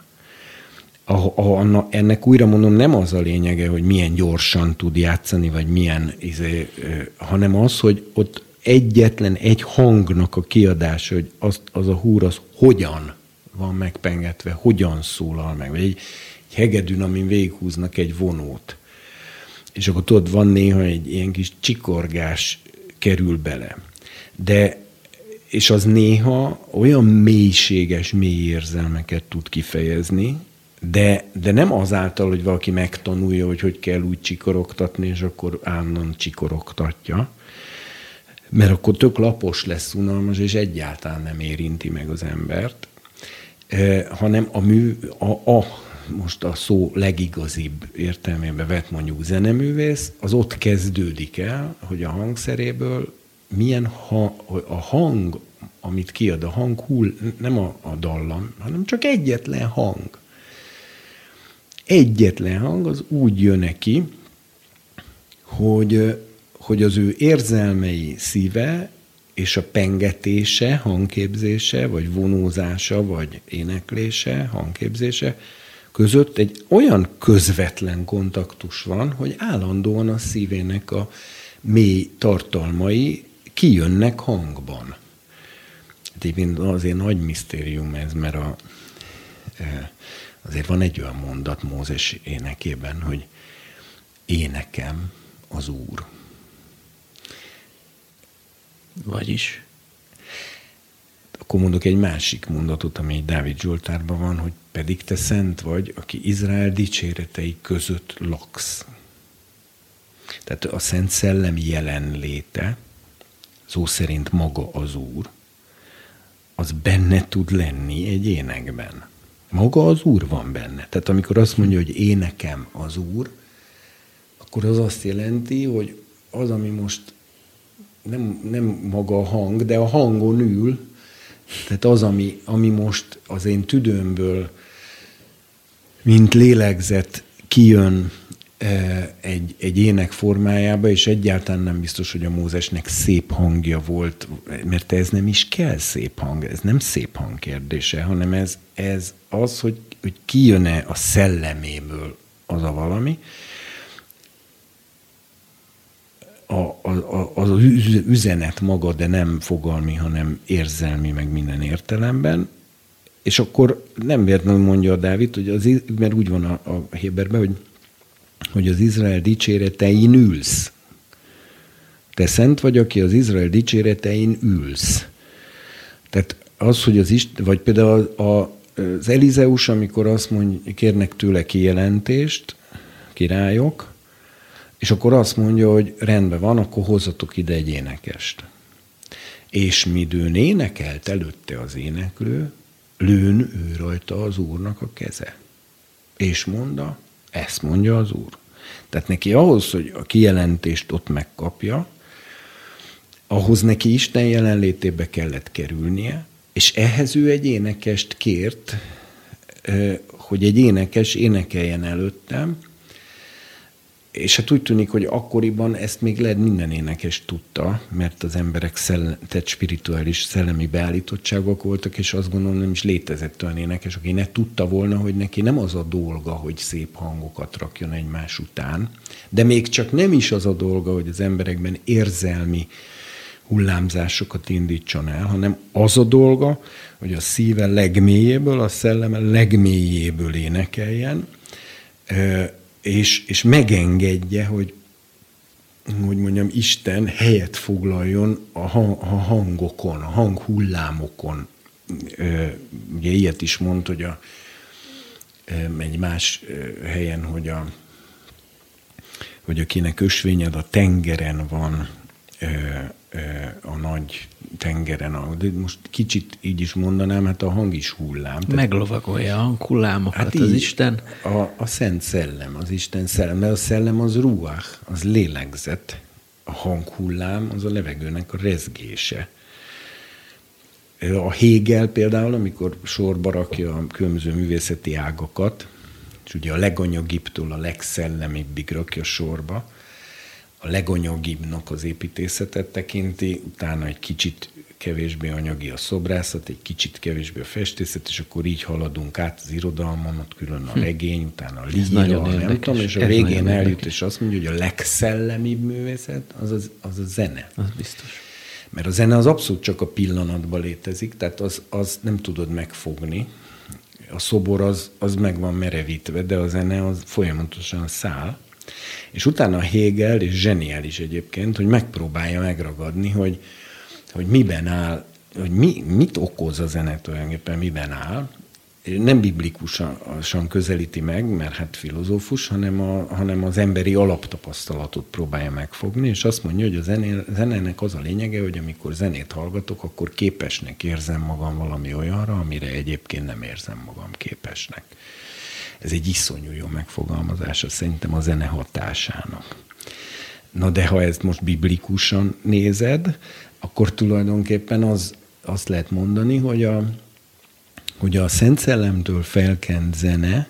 Ennek újra mondom, nem az a lényege, hogy milyen gyorsan tud játszani, vagy milyen, hanem az, hogy ott egyetlen egy hangnak a kiadása, hogy az a húr az hogyan van megpengetve, hogyan szólal meg, vagy egy hegedűn, amin végighúznak egy vonót. És akkor tudod, van néha egy ilyen kis csikorgás kerül bele. És az néha olyan mélységes, mély érzelmeket tud kifejezni, de nem azáltal, hogy valaki megtanulja, hogy kell úgy csikorogtatni, és akkor állandóan csikorogtatja, mert akkor tök lapos lesz, unalmas, és egyáltalán nem érinti meg az embert, hanem most a szó legigazibb értelmében vett mondjuk zeneművész, az ott kezdődik el, hogy a hangszeréből milyen a hang, amit kiad, a hang hull, nem a dallam, hanem csak egyetlen hang. Egyetlen hang az úgy jön neki, hogy az ő érzelmei, szíve és a pengetése, hangképzése, vagy vonózása, vagy éneklése, hangképzése között egy olyan közvetlen kontaktus van, hogy állandóan a szívének a mély tartalmai kijönnek hangban. Egyébként azért nagy misztérium ez, mert azért van egy olyan mondat Mózes énekében, hogy énekem az Úr. Vagyis? Akkor mondok egy másik mondatot, ami egy Dávid Zsoltárban van, hogy pedig te szent vagy, aki Izrael dicséretei között laksz. Tehát a Szent Szellem jelenléte, szó szerint maga az Úr, az benne tud lenni egy énekben. Maga az Úr van benne. Tehát amikor azt mondja, hogy énekem az Úr, akkor az azt jelenti, hogy az, ami most nem maga a hang, de a hangon ül, tehát az, ami most az én tüdőmből, mint lélegzet kijön egy ének formájába, és egyáltalán nem biztos, hogy a Mózesnek szép hangja volt, mert ez nem is kell szép hang, ez nem szép hang kérdése, hanem ez az, hogy kijön-e a szelleméből az a valami, az üzenet maga, de nem fogalmi, hanem érzelmi, meg minden értelemben, és akkor nem véletlenül mondja a Dávid, hogy mert úgy van a Héberben, hogy az Izrael dicséretein ülsz. Te szent vagy, aki az Izrael dicséretein ülsz. Tehát az, hogy vagy például az Elizeus, amikor azt mondja, kérnek tőle kijelentést, királyok, és akkor azt mondja, hogy rendben van, akkor hozzatok ide egy énekest. És midőn énekelt előtte az éneklő, lőn ő rajta az Úrnak a keze. És ezt mondja az Úr. Tehát neki ahhoz, hogy a kijelentést ott megkapja, ahhoz neki Isten jelenlétébe kellett kerülnie, és ehhez ő egy énekest kért, hogy egy énekes énekeljen előttem, és hát úgy tűnik, hogy akkoriban ezt még lehet minden énekes tudta, mert az emberek tehát spirituális, szellemi beállítottságok voltak, és azt gondolom nem is létezett olyan énekes, aki ne tudta volna, hogy neki nem az a dolga, hogy szép hangokat rakjon egymás után, de még csak nem is az a dolga, hogy az emberekben érzelmi hullámzásokat indítson el, hanem az a dolga, hogy a szíve legmélyéből, a szelleme legmélyéből énekeljen, és megengedje, hogy mondjam, Isten helyet foglaljon a hangokon, a hanghullámokon. Ugye ilyet is mond, hogy egy más helyen, hogy akinek ösvényed a tengeren van, a nagy tengeren, de most kicsit így is mondanám, hát a hang is hullám. Meglovagolja a hanghullámokat hát az Isten. A Szent Szellem, az Isten szellem, de a szellem az ruach, az lélegzet. A hanghullám az a levegőnek a rezgése. A Hegel például, amikor sorba rakja a különböző művészeti ágakat, és ugye a leganyagibbtól a legszellemibbig rakja sorba, a leganyagibbnak az építészetet tekinti, utána egy kicsit kevésbé anyagi a szobrászat, egy kicsit kevésbé a festészet, és akkor így haladunk át az irodalmon, ott külön a regény, utána a líra, nem tudom, és a végén eljut, és azt mondja, hogy a legszellemibb művészet az a zene. Az biztos. Mert a zene az abszolút csak a pillanatban létezik, tehát az nem tudod megfogni. A szobor az meg van merevítve, de a zene az folyamatosan száll. És utána Hegel, és zseniális egyébként, hogy megpróbálja megragadni, hogy miben áll, hogy mit okoz a zene tulajdonképpen, miben áll. Nem biblikusan közelíti meg, mert hát filozófus, hanem az emberi alaptapasztalatot próbálja megfogni, és azt mondja, hogy a zenének az a lényege, hogy amikor zenét hallgatok, akkor képesnek érzem magam valami olyanra, amire egyébként nem érzem magam képesnek. Ez egy iszonyú jó megfogalmazása szerintem a zene hatásának. Na de ha ezt most biblikusan nézed, akkor tulajdonképpen azt lehet mondani, hogy a Szent Szellemtől felkent zene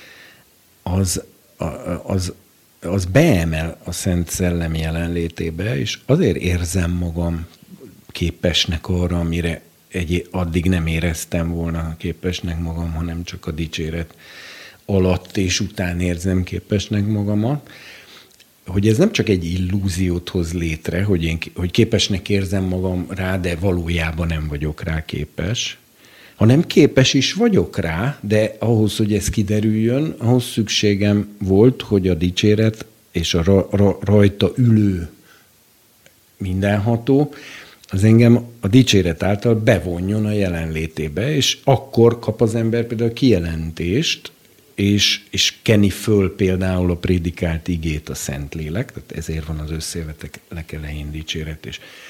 az beemel a Szent Szellem jelenlétébe, és azért érzem magam képesnek arra, amire addig nem éreztem volna képesnek magam, hanem csak a dicséret alatt és után érzem képesnek magamat, hogy ez nem csak egy illúziót hoz létre, hogy képesnek érzem magam rá, de valójában nem vagyok rá képes, hanem képes is vagyok rá, de ahhoz, hogy ez kiderüljön, ahhoz szükségem volt, hogy a dicséret és a rajta ülő mindenható, az engem a dicséret által bevonjon a jelenlétébe, és akkor kap az ember például kijelentést, és keni föl például a prédikált igét a Szentlélek, tehát ezért van az összejövetelek elején dicséret,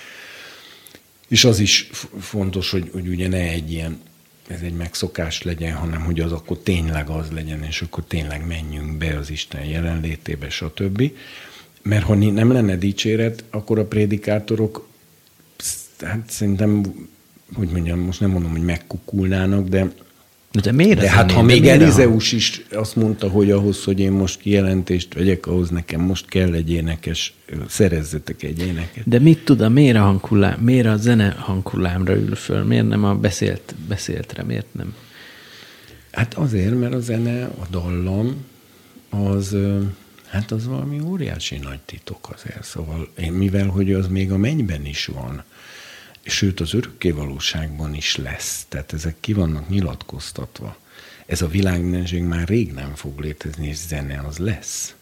és az is fontos, hogy ugye ne egy ilyen, ez egy megszokás legyen, hanem hogy az akkor tényleg az legyen, és akkor tényleg menjünk be az Isten jelenlétébe, stb. Mert ha nem lenne dicséret, akkor a prédikátorok, hát szerintem, hogy mondjam, most nem mondom, hogy megkukulnának, de hát ha még Elizeus is azt mondta, hogy ahhoz, hogy én most kijelentést vegyek, ahhoz nekem most kell egy énekes, szerezzetek egy éneket. De mit tud miért a zene hangullámra ül föl? Miért nem a beszéltre? Miért nem? Hát azért, mert a zene, a dallam, az valami óriási nagy titok azért. Szóval mivel, hogy az még a mennyben is van, sőt az örökkévalóságban is lesz. Tehát ezek ki vannak nyilatkoztatva. Ez a világmindenség már rég nem fog létezni, és zene az lesz.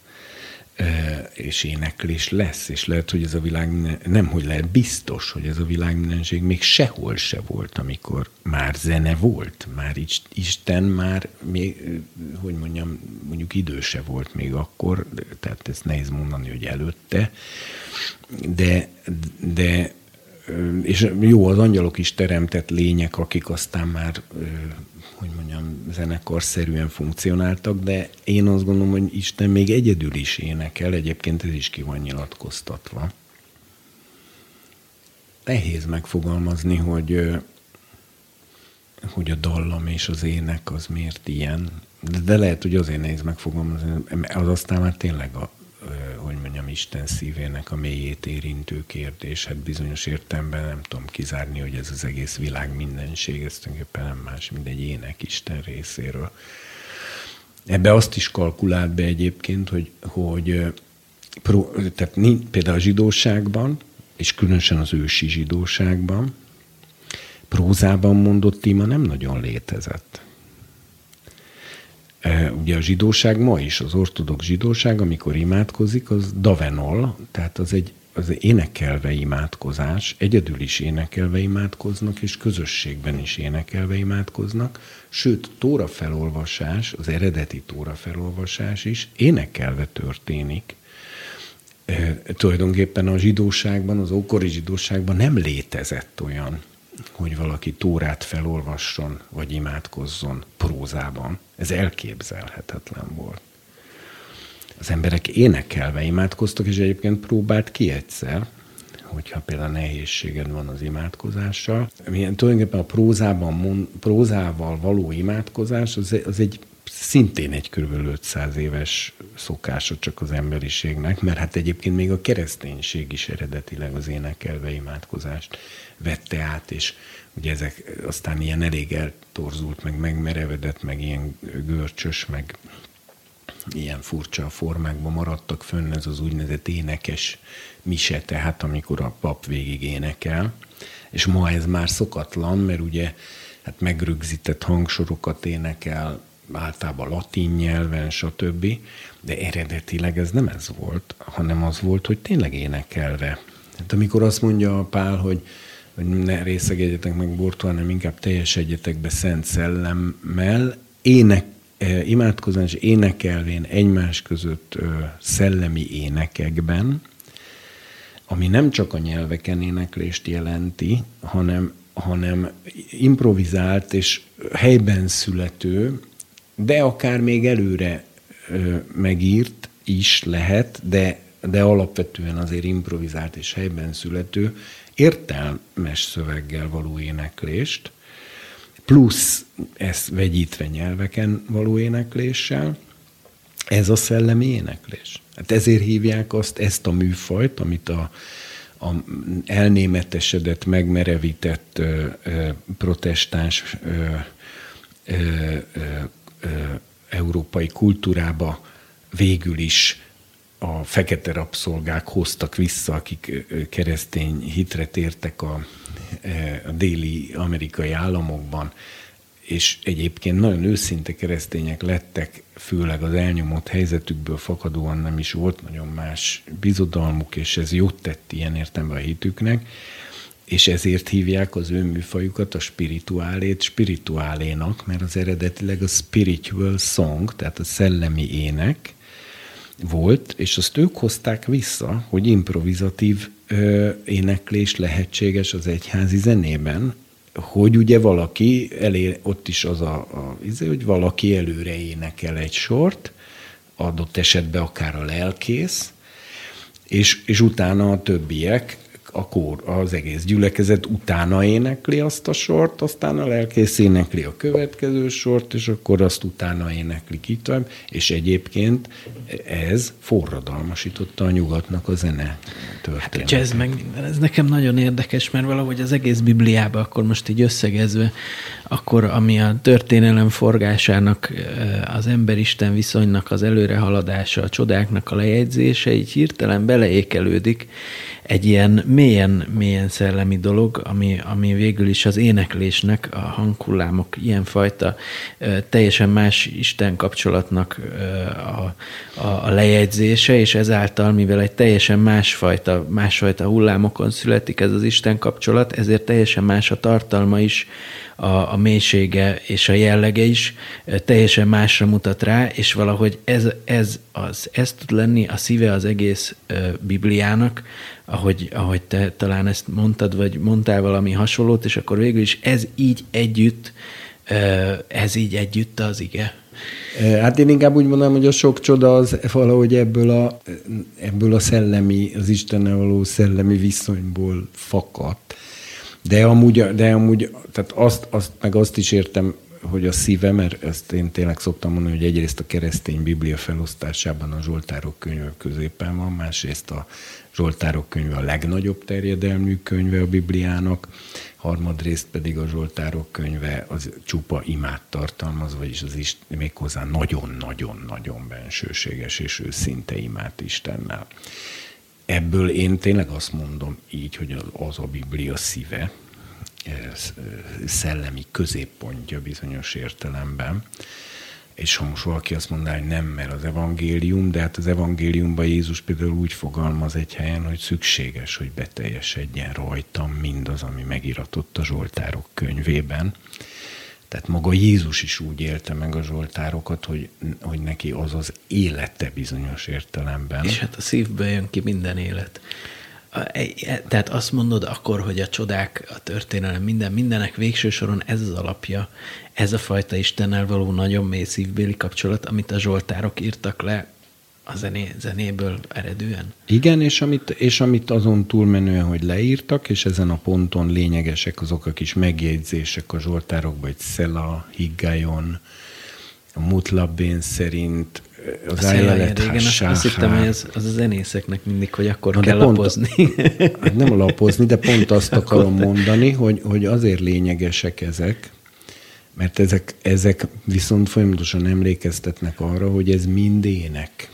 És éneklés lesz, és lehet, hogy ez a biztos, hogy ez a világmindenség még sehol se volt, amikor már zene volt, már Isten már még, hogy mondjuk időse volt még akkor, tehát ezt nehéz mondani, hogy előtte, de és jó, az angyalok is teremtett lények, akik aztán már, zenekarszerűen funkcionáltak, de én azt gondolom, hogy Isten még egyedül is énekel, egyébként ez is ki van nyilatkoztatva. Nehéz megfogalmazni, hogy a dallam és az ének az miért ilyen, de lehet, hogy azért nehéz megfogalmazni, az aztán már tényleg Isten szívének a mélyét érintő kérdés. Hát bizonyos értelemben nem tudom kizárni, hogy ez az egész világ mindenség, ez tulajdonképpen nem más, mint egy ének Isten részéről. Ebbe azt is kalkulált be egyébként, tehát például a zsidóságban, és különösen az ősi zsidóságban, prózában mondott ima nem nagyon létezett. Ugye a zsidóság ma is, az ortodox zsidóság, amikor imádkozik, az davenol, tehát az énekelve imádkozás, egyedül is énekelve imádkoznak, és közösségben is énekelve imádkoznak, sőt, tórafelolvasás, az eredeti tórafelolvasás is énekelve történik. Tulajdonképpen a zsidóságban, az ókori zsidóságban nem létezett olyan, hogy valaki tórát felolvasson, vagy imádkozzon prózában. Ez elképzelhetetlen volt. Az emberek énekelve imádkoztak, és egyébként próbált ki egyszer, hogyha például nehézséged van az imádkozással. Tulajdonképpen a prózával való imádkozás az egy szintén egy kb. 500 éves szokása csak az emberiségnek, mert hát egyébként még a kereszténység is eredetileg az énekelve imádkozást vette át, és ugye ezek aztán ilyen elég eltorzult, meg megmerevedett, meg ilyen görcsös, meg ilyen furcsa formákban maradtak fönn, ez az úgynevezett énekes mise, tehát amikor a pap végig énekel. És ma ez már szokatlan, mert ugye hát megrögzített hangsorokat énekel, általában latin nyelven, stb. De eredetileg ez nem ez volt, hanem az volt, hogy tényleg énekelve. Hát amikor azt mondja a Pál, hogy ne részegedjetek meg bortól, hanem inkább teljesedjetek be Szent Szellemmel, imádkozás és énekelvén egymás között szellemi énekekben, ami nem csak a nyelveken éneklést jelenti, hanem improvizált és helyben születő, de akár még előre megírt is lehet, de alapvetően azért improvizált és helyben születő, értelmes szöveggel való éneklést, plusz ezt vegyítve nyelveken való énekléssel, ez a szellemi éneklés. Hát ezért hívják ezt a műfajt, amit a elnémetesedett, megmerevített protestáns európai kultúrába végül is a fekete rabszolgák hoztak vissza, akik keresztény hitre tértek a déli amerikai államokban, és egyébként nagyon őszinte keresztények lettek, főleg az elnyomott helyzetükből fakadóan nem is volt nagyon más bizodalmuk, és ez jót tett ilyen értelemben a hitüknek, és ezért hívják az ő műfajukat, a spirituálét spirituálénak, mert az eredetileg a spiritual song, tehát a szellemi ének volt, és azt ők hozták vissza, hogy improvizatív éneklés lehetséges az egyházi zenében, hogy ugye valaki ott is az hogy valaki előre énekel egy sort, adott esetben akár a lelkész, és utána a többiek, az egész gyülekezet utána énekli azt a sort, aztán a lelkész énekli a következő sort, és akkor azt utána énekli tovább, és egyébként ez forradalmasította a nyugatnak a zene történetet. Hát a jazz meg minden, ez nekem nagyon érdekes, mert valahogy az egész Bibliában, akkor most így összegezve, akkor ami a történelem forgásának, az ember-isten viszonynak az előrehaladása, a csodáknak a lejegyzése, így hirtelen beleékelődik egy ilyen mélyen szellemi dolog, ami végül is az éneklésnek, a hanghullámok ilyenfajta teljesen más Isten kapcsolatnak a lejegyzése, és ezáltal, mivel egy teljesen másfajta hullámokon születik ez az Isten kapcsolat, ezért teljesen más a tartalma is, a mélysége és a jellege is teljesen másra mutat rá, és valahogy ez tud lenni a szíve az egész Bibliának, ahogy te talán ezt mondtad, vagy mondtál valami hasonlót, és akkor végül is ez így együtt az ige. Hát én inkább úgy mondanám, hogy a sok csoda az valahogy ebből a szellemi, az Istennel való szellemi viszonyból fakadt. De amúgy tehát azt is értem, hogy a szíve, mert ezt én tényleg szoktam mondani, hogy egyrészt a keresztény Biblia felosztásában a Zsoltárok könyve középen van, másrészt a Zsoltárok könyve a legnagyobb terjedelmű könyve a Bibliának, harmadrészt pedig a Zsoltárok könyve az csupa imát tartalmaz, vagyis az méghozzá nagyon-nagyon-nagyon bensőséges és őszinte imát Istennel. Ebből én tényleg azt mondom így, hogy az a Biblia szíve, szellemi középpontja bizonyos értelemben, és ha most valaki azt mondaná, hogy nem, mert az evangélium, de hát az evangéliumban Jézus például úgy fogalmaz egy helyen, hogy szükséges, hogy beteljesedjen rajtam mindaz, ami megiratott a Zsoltárok könyvében. Tehát maga Jézus is úgy élte meg a Zsoltárokat, hogy neki az az élete bizonyos értelemben. És hát a szívből jön ki minden élet. Tehát azt mondod akkor, hogy a csodák, a történelem, mindennek végső soron ez az alapja, ez a fajta Istennel való nagyon mély szívbéli kapcsolat, amit a Zsoltárok írtak le a zenéből eredően. Igen, és amit azon túlmenően, hogy leírtak, és ezen a ponton lényegesek azok a kis megjegyzések a Zsoltárokban, hogy Szela, Higgajon, a Mutlabén szerint, az Ájlelet azt hittem, hogy az a zenészeknek mindig, hogy akkor kell lapozni. Nem lapozni, de pont azt akarom mondani, hogy azért lényegesek ezek, Mert ezek viszont folyamatosan emlékeztetnek arra, hogy ez mind ének.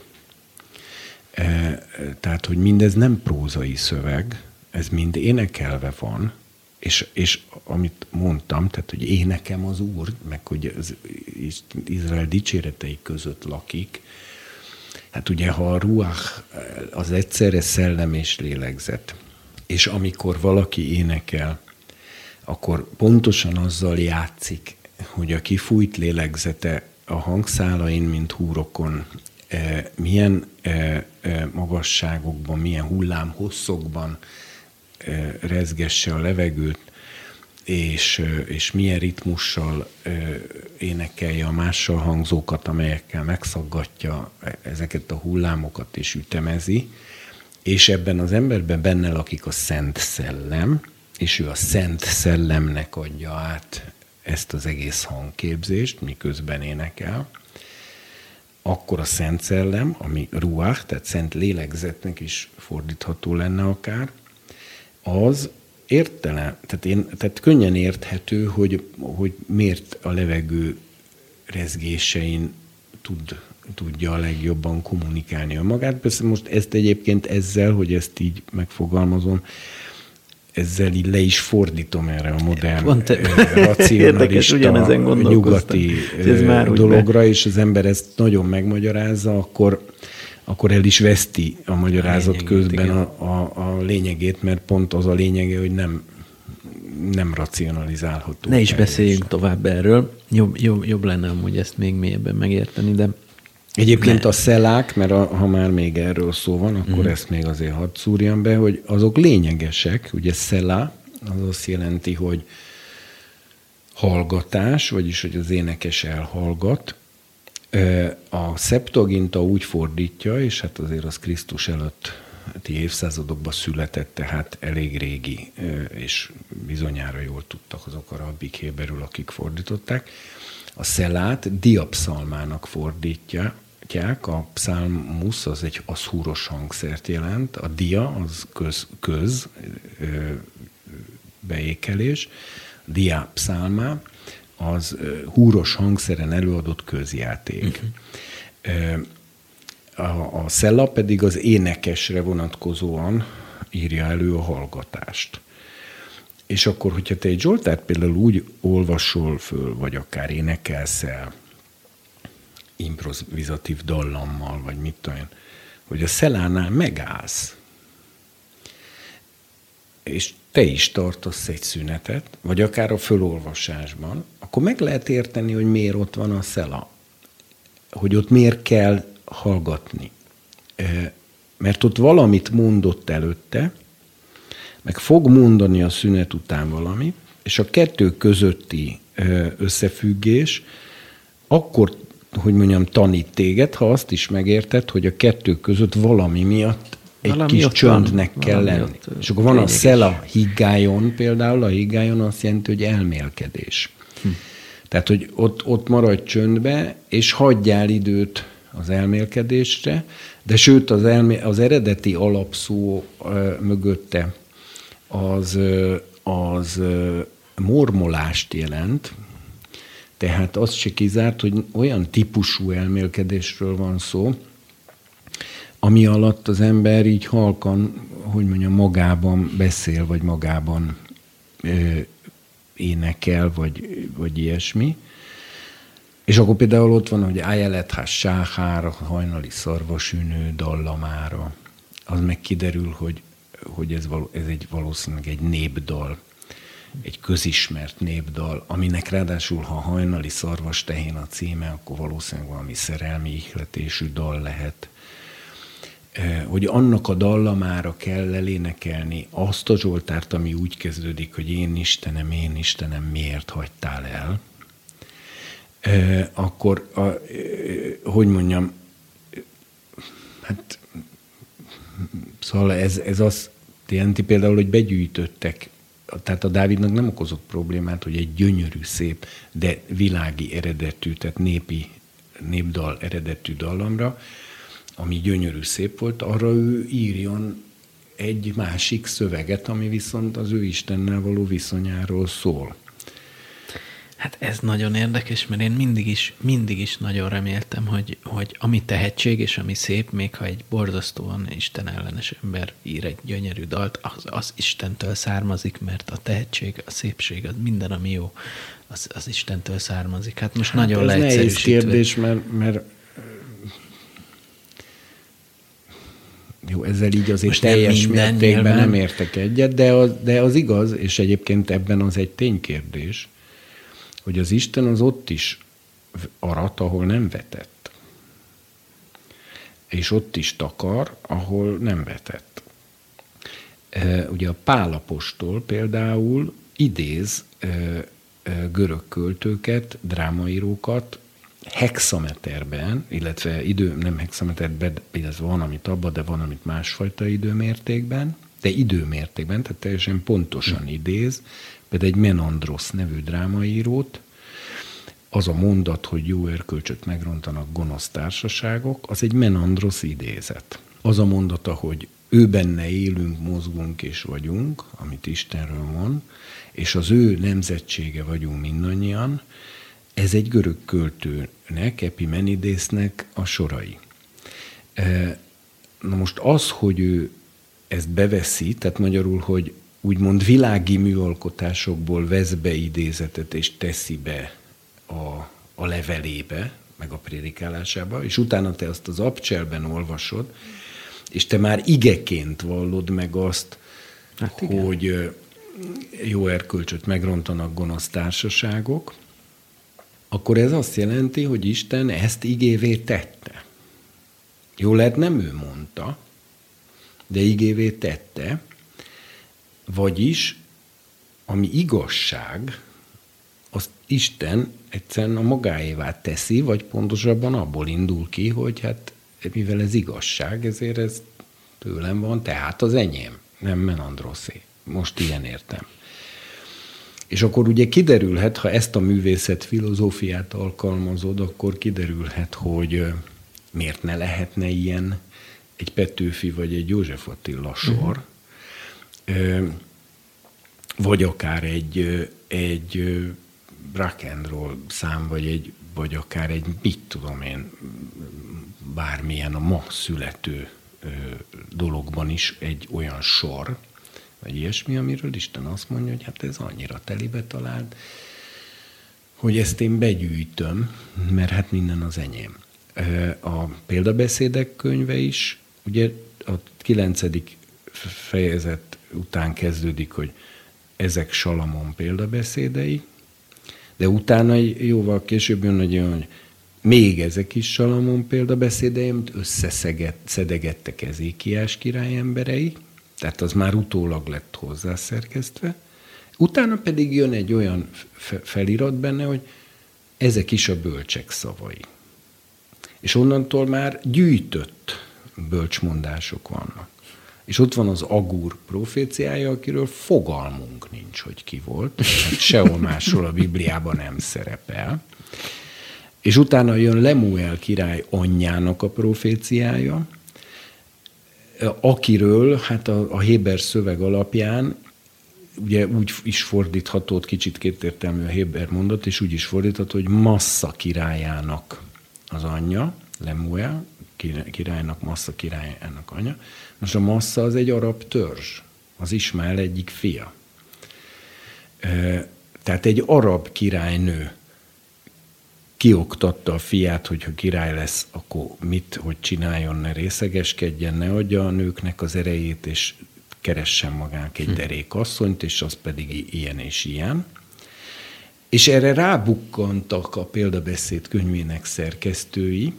Tehát, hogy mindez nem prózai szöveg, ez mind énekelve van, és amit mondtam, tehát, hogy énekem az Úr, meg hogy az Izrael dicséretei között lakik, hát ugye, ha a ruach az egyszerre szellem és lélegzet, és amikor valaki énekel, akkor pontosan azzal játszik, hogy a kifújt lélegzete a hangszálain, mint húrokon, milyen magasságokban, milyen hullámhosszokban rezgesse a levegőt, és milyen ritmussal énekelje a mással hangzókat, amelyekkel megszaggatja ezeket a hullámokat és ütemezi, és ebben az emberben benne lakik a Szent Szellem, és ő a Szent Szellemnek adja át ezt az egész hangképzést, miközben énekel, akkor a Szent Szellem, ami ruach, tehát Szent Lélegzetnek is fordítható lenne akár, az értelem, tehát könnyen érthető, hogy miért a levegő rezgésein tudja a legjobban kommunikálni önmagát. Persze most ezt egyébként ezzel, hogy ezt így megfogalmazom, ezzel így le is fordítom erre a modern, racionalista, nyugati dologra, és az ember ezt nagyon megmagyarázza, akkor el is veszti a magyarázat közben a lényegét, mert pont az a lényege, hogy nem racionalizálható. Ne is beszéljünk tovább erről. Jobb lenne amúgy ezt még mélyebben megérteni, de... Egyébként a szelák, mert ha már még erről szó van, akkor ezt még azért hadd szúrjam be, hogy azok lényegesek. Ugye szelá, az azt jelenti, hogy hallgatás, vagyis hogy az énekes elhallgat. A Septuaginta úgy fordítja, és hát azért az Krisztus előtti évszázadokban született, tehát elég régi, és bizonyára jól tudtak azok a rabbik héberül, akik fordították. A szelát diapszalmának fordítják, a pszálmusz az egy aszhúros hangszert jelent, a dia az köz beékelés, diapszálmá az húros hangszeren előadott közjáték. A szella pedig az énekesre vonatkozóan írja elő a hallgatást. És akkor, hogyha te egy zsoltárt például úgy olvasol föl, vagy akár énekelsz el improvizatív dallammal, vagy mit tudom, hogy a szellánál megállsz, és te is tartasz egy szünetet, vagy akár a fölolvasásban, akkor meg lehet érteni, hogy miért ott van a szela. Hogy ott miért kell hallgatni. Mert ott valamit mondott előtte, meg fog mondani a szünet után valamit, és a kettő közötti összefüggés akkor, hogy mondjam, tanít téged, ha azt is megérted, hogy a kettő között valami miatt egy kis csöndnek kell lenni. És akkor van a szela higgájon például, a higgájon azt jelenti, hogy elmélkedés. Tehát, hogy ott maradj csöndbe, és hagyjál időt az elmélkedésre, de sőt az eredeti alapszó mögötte az mormolást jelent, tehát az se kizárt, hogy olyan típusú elmélkedésről van szó, ami alatt az ember így halkan, hogy mondjam, magában beszél, vagy magában énekel, vagy ilyesmi. És akkor például ott van, hogy Ájelethás sáhára, hajnali szarvasűnő dallamára. Az meg kiderül, hogy ez valószínűleg egy népdal, egy közismert népdal, aminek ráadásul, ha hajnali szarvas tehén a címe, akkor valószínűleg valami szerelmi ihletésű dal lehet. Hogy annak a dallamára kell elénekelni azt a zsoltárt, ami úgy kezdődik, hogy én Istenem, miért hagytál el? Akkor, hogy mondjam, hát szóval ez azt jelenti például, hogy begyűjtöttek, tehát a Dávidnak nem okozott problémát, hogy egy gyönyörű, szép, de világi eredetű, tehát népdal eredetű dallamra, ami gyönyörű, szép volt, arra ő írjon egy másik szöveget, ami viszont az ő Istennel való viszonyáról szól. Hát ez nagyon érdekes, mert én mindig is nagyon reméltem, hogy ami tehetség és ami szép, még ha egy borzasztóan istenellenes ember ír egy gyönyörű dalt, az Istentől származik, mert a tehetség, a szépség, az minden, ami jó, az Istentől származik. Hát most nagyon leegyszerűsítve. Ez nehéz kérdés, mert jó, ezzel így azért most teljes mértékben nem értek egyet, de az igaz, és egyébként ebben az egy ténykérdés, hogy az Isten az ott is arat, ahol nem vetett. És ott is takar, ahol nem vetett. Ugye a Pál apostol például idéz görög költőket, drámaírókat hexameterben, illetve nem hexameterben, illetve van, amit abban, de van, amit másfajta időmértékben, tehát teljesen pontosan idéz, például egy Menandrosz nevű drámaírót, az a mondat, hogy jó erkölcsöt megrontanak gonosz társaságok, az egy Menandrosz idézet. Az a mondata, hogy ő benne élünk, mozgunk és vagyunk, amit Istenről mond, és az ő nemzetsége vagyunk mindannyian, ez egy görög költőnek, Epimenidésznek a sorai. Na most az, hogy ő ezt beveszi, tehát magyarul, hogy úgymond világi műalkotásokból vesz be idézetet, és teszi be a levelébe, meg a prédikálásába, és utána te azt az abcselben olvasod, és te már igeként vallod meg azt, hogy jó erkölcsöt megrontanak gonosz társaságok, akkor ez azt jelenti, hogy Isten ezt igévé tette. Jó lehet, nem ő mondta, de igévé tette, vagyis ami igazság, azt Isten egyszerűen a magáévá teszi, vagy pontosabban abból indul ki, hogy hát mivel ez igazság, ezért ez tőlem van, tehát az enyém, nem Menandroszé. Most ilyen értem. És akkor ugye kiderülhet, ha ezt a művészet filozófiát alkalmazod, akkor kiderülhet, hogy miért ne lehetne ilyen egy Petőfi vagy egy József Attila sor, vagy akár egy rock and roll szám, vagy akár egy, mit tudom én, bármilyen a ma születő dologban is egy olyan sor, vagy ilyesmi, amiről Isten azt mondja, hogy hát ez annyira telibe talált, hogy ezt én begyűjtöm, mert hát minden az enyém. A példabeszédek könyve is, ugye a 9. fejezet után kezdődik, hogy ezek Salamon példabeszédei, de utána jóval később jön, hogy még ezek is Salamon példabeszédei, amit összeszedegettek Ezékiás király emberei, tehát az már utólag lett hozzászerkesztve. Utána pedig jön egy olyan felirat benne, hogy ezek is a bölcsek szavai. És onnantól már gyűjtött bölcsmondások vannak. És ott van az Agúr proféciája, akiről fogalmunk nincs, hogy ki volt. Hát sehol másról a Bibliában nem szerepel. És utána jön Lemuel király anyjának a proféciája, akiről hát a héber szöveg alapján ugye úgy is fordítható, kicsit kétértelmű a héber mondat, és úgy is fordítható, hogy Massza királyának az anyja, Lemuel királynak, Massza királyának anyja. Most a Massza az egy arab törzs, az Ismael egyik fia. Tehát egy arab királynő kioktatta a fiát, hogy ha király lesz, akkor hogy csináljon, ne részegeskedjen, ne adja a nőknek az erejét, és keressen magának egy derék asszonyt, és az pedig ilyen és ilyen. És erre rábukkantak a példabeszéd könyvének szerkesztői,